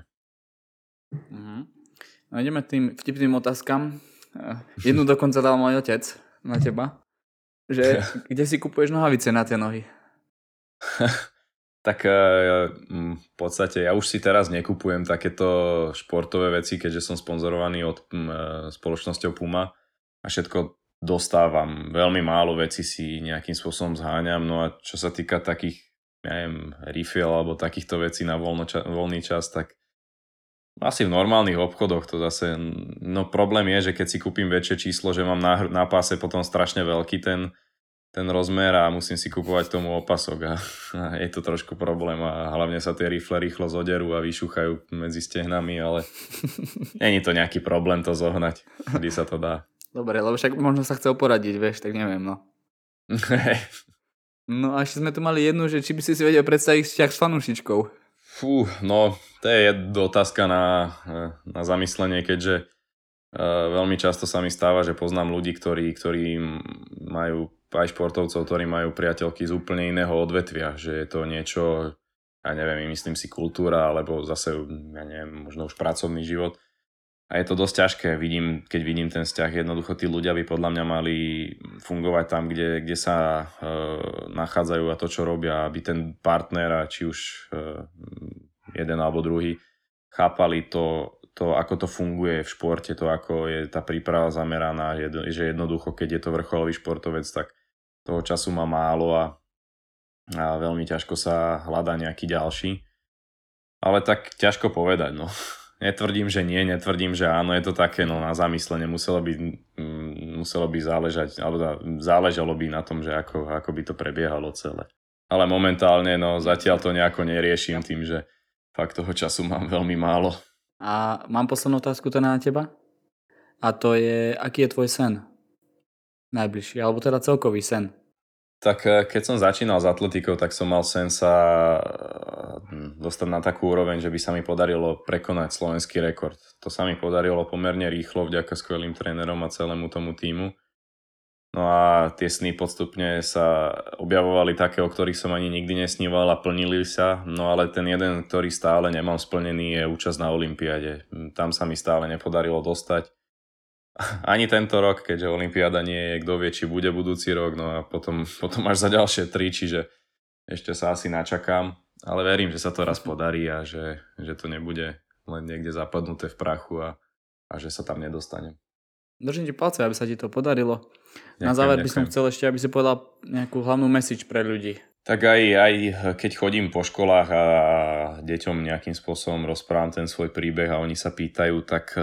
No, ideme tým vtipným otázkam. Jednu dokonca dal môj otec na teba. Že kde si kupuješ nohavice na tie nohy? Tak v podstate ja už si teraz nekupujem takéto športové veci, keďže som sponzorovaný od spoločnosťou Puma a všetko dostávam. Veľmi málo vecí si nejakým spôsobom zháňam. No a čo sa týka takých refill alebo takýchto vecí na voľný čas, tak asi v normálnych obchodoch to zase, no problém je, že keď si kúpim väčšie číslo, že mám na páse potom strašne veľký ten rozmer a musím si kupovať tomu opasok a je to trošku problém a hlavne sa tie rifle rýchlo zoderú a vyšúchajú medzi stehnami, ale není to nejaký problém to zohnať, kedy sa to dá. Dobre, lebo však možno sa chcel poradiť, vieš, tak neviem, no. No a ešte sme tu mali jednu, že či by si vedel predstaviť vzťah s fanúšičkou. No to je otázka na zamyslenie, keďže veľmi často sa mi stáva, že poznám ľudí, ktorí majú aj športovcov, ktorí majú priateľky z úplne iného odvetvia, že je to niečo, ja neviem, myslím si kultúra, alebo zase, ja neviem, možno už pracovný život. A je to dosť ťažké, keď vidím ten vzťah. Jednoducho tí ľudia by podľa mňa mali fungovať tam, kde sa nachádzajú a to, čo robia, aby ten partner, a či už jeden alebo druhý, chápali to, ako to funguje v športe, to, ako je tá príprava zameraná, že jednoducho, keď je to vrcholový športovec, tak toho času má málo a veľmi ťažko sa hľadá nejaký ďalší. Ale tak ťažko povedať, no. Netvrdím, že nie, netvrdím, že áno, je to také, no na zamyslenie muselo by záležať, alebo záležalo by na tom, že ako by to prebiehalo celé. Ale momentálne, no zatiaľ to nejako neriešim tým, že fakt toho času mám veľmi málo. A mám poslednú otázku teda na teba. A to je, aký je tvoj sen? Najbližší, alebo teda celkový sen. Tak keď som začínal s atletikou, tak som mal sen sa dostať na takú úroveň, že by sa mi podarilo prekonať slovenský rekord. To sa mi podarilo pomerne rýchlo vďaka skvelým trénerom a celému tomu tímu. No a tie sny postupne sa objavovali také, o ktorých som ani nikdy nesníval a plnili sa. No ale ten jeden, ktorý stále nemám splnený, je účasť na olympiáde. Tam sa mi stále nepodarilo dostať. Ani tento rok, keďže olympiáda nie je, kto vie, či bude budúci rok, no a potom až za ďalšie 3, čiže ešte sa asi načakám, ale verím, že sa to raz podarí a že to nebude len niekde zapadnuté v prachu a že sa tam nedostanem. Držím ti palce, aby sa ti to podarilo. Na záver by som chcel ešte, aby si povedal nejakú hlavnú message pre ľudí. Tak aj keď chodím po školách a deťom nejakým spôsobom rozprávam ten svoj príbeh a oni sa pýtajú, tak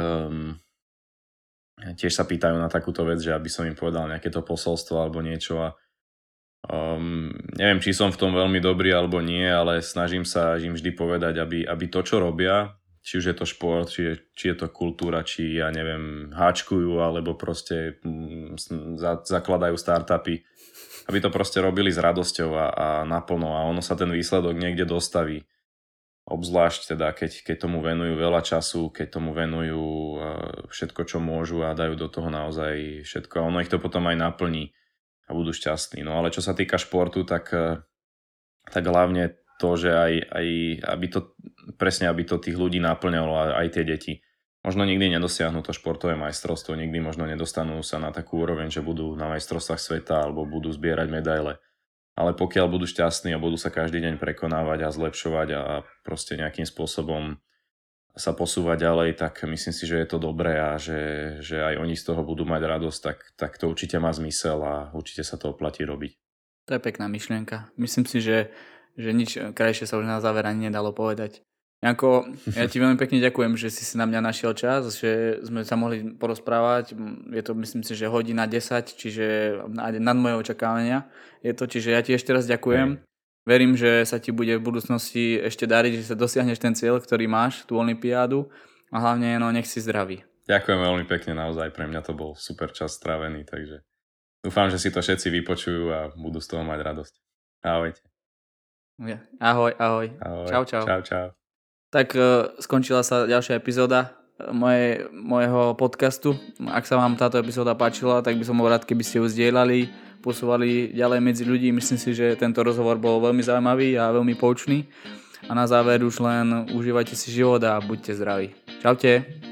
tiež sa pýtajú na takúto vec, že aby som im povedal nejaké to posolstvo alebo niečo a neviem, či som v tom veľmi dobrý alebo nie, ale snažím sa im vždy povedať, aby to, čo robia, či už je to šport, či je to kultúra, či ja neviem, háčkujú alebo proste zakladajú startupy, aby to proste robili s radosťou a naplno a ono sa ten výsledok niekde dostaví. Obzvlášť teda, keď tomu venujú veľa času, keď tomu venujú všetko, čo môžu a dajú do toho naozaj všetko a ono ich to potom aj naplní a budú šťastní. No ale čo sa týka športu, tak hlavne to, že aby to tých ľudí naplňalo aj tie deti. Možno nikdy nedosiahnu to športové majstrovstvo, nikdy možno nedostanú sa na takú úroveň, že budú na majstrovstvách sveta alebo budú zbierať medaile. Ale pokiaľ budú šťastní a budú sa každý deň prekonávať a zlepšovať a proste nejakým spôsobom sa posúvať ďalej, tak myslím si, že je to dobré a že aj oni z toho budú mať radosť, tak to určite má zmysel a určite sa to oplatí robiť. To je pekná myšlienka. Myslím si, že nič krajšie sa už na záver ani nedalo povedať. Janko, ja ti veľmi pekne ďakujem, že si na mňa našiel čas, že sme sa mohli porozprávať. Je to, myslím si, že hodina 10, čiže nad moje očakávania. Čiže ja ti ešte raz ďakujem. Verím, že sa ti bude v budúcnosti ešte dariť, že sa dosiahneš ten cieľ, ktorý máš, tú olympiádu a hlavne nech si zdravý. Ďakujem veľmi pekne, naozaj pre mňa to bol super čas strávený, takže dúfam, že si to všetci vypočujú a budú z toho mať radosť. Ahojte. Ahoj. Čau. Čau. Tak skončila sa ďalšia epizóda môjho podcastu. Ak sa vám táto epizóda páčila, tak by som bol rád, keby ste ju zdieľali, posúvali ďalej medzi ľudí. Myslím si, že tento rozhovor bol veľmi zaujímavý a veľmi poučný. A na záver už len užívajte si život a buďte zdraví. Čaute.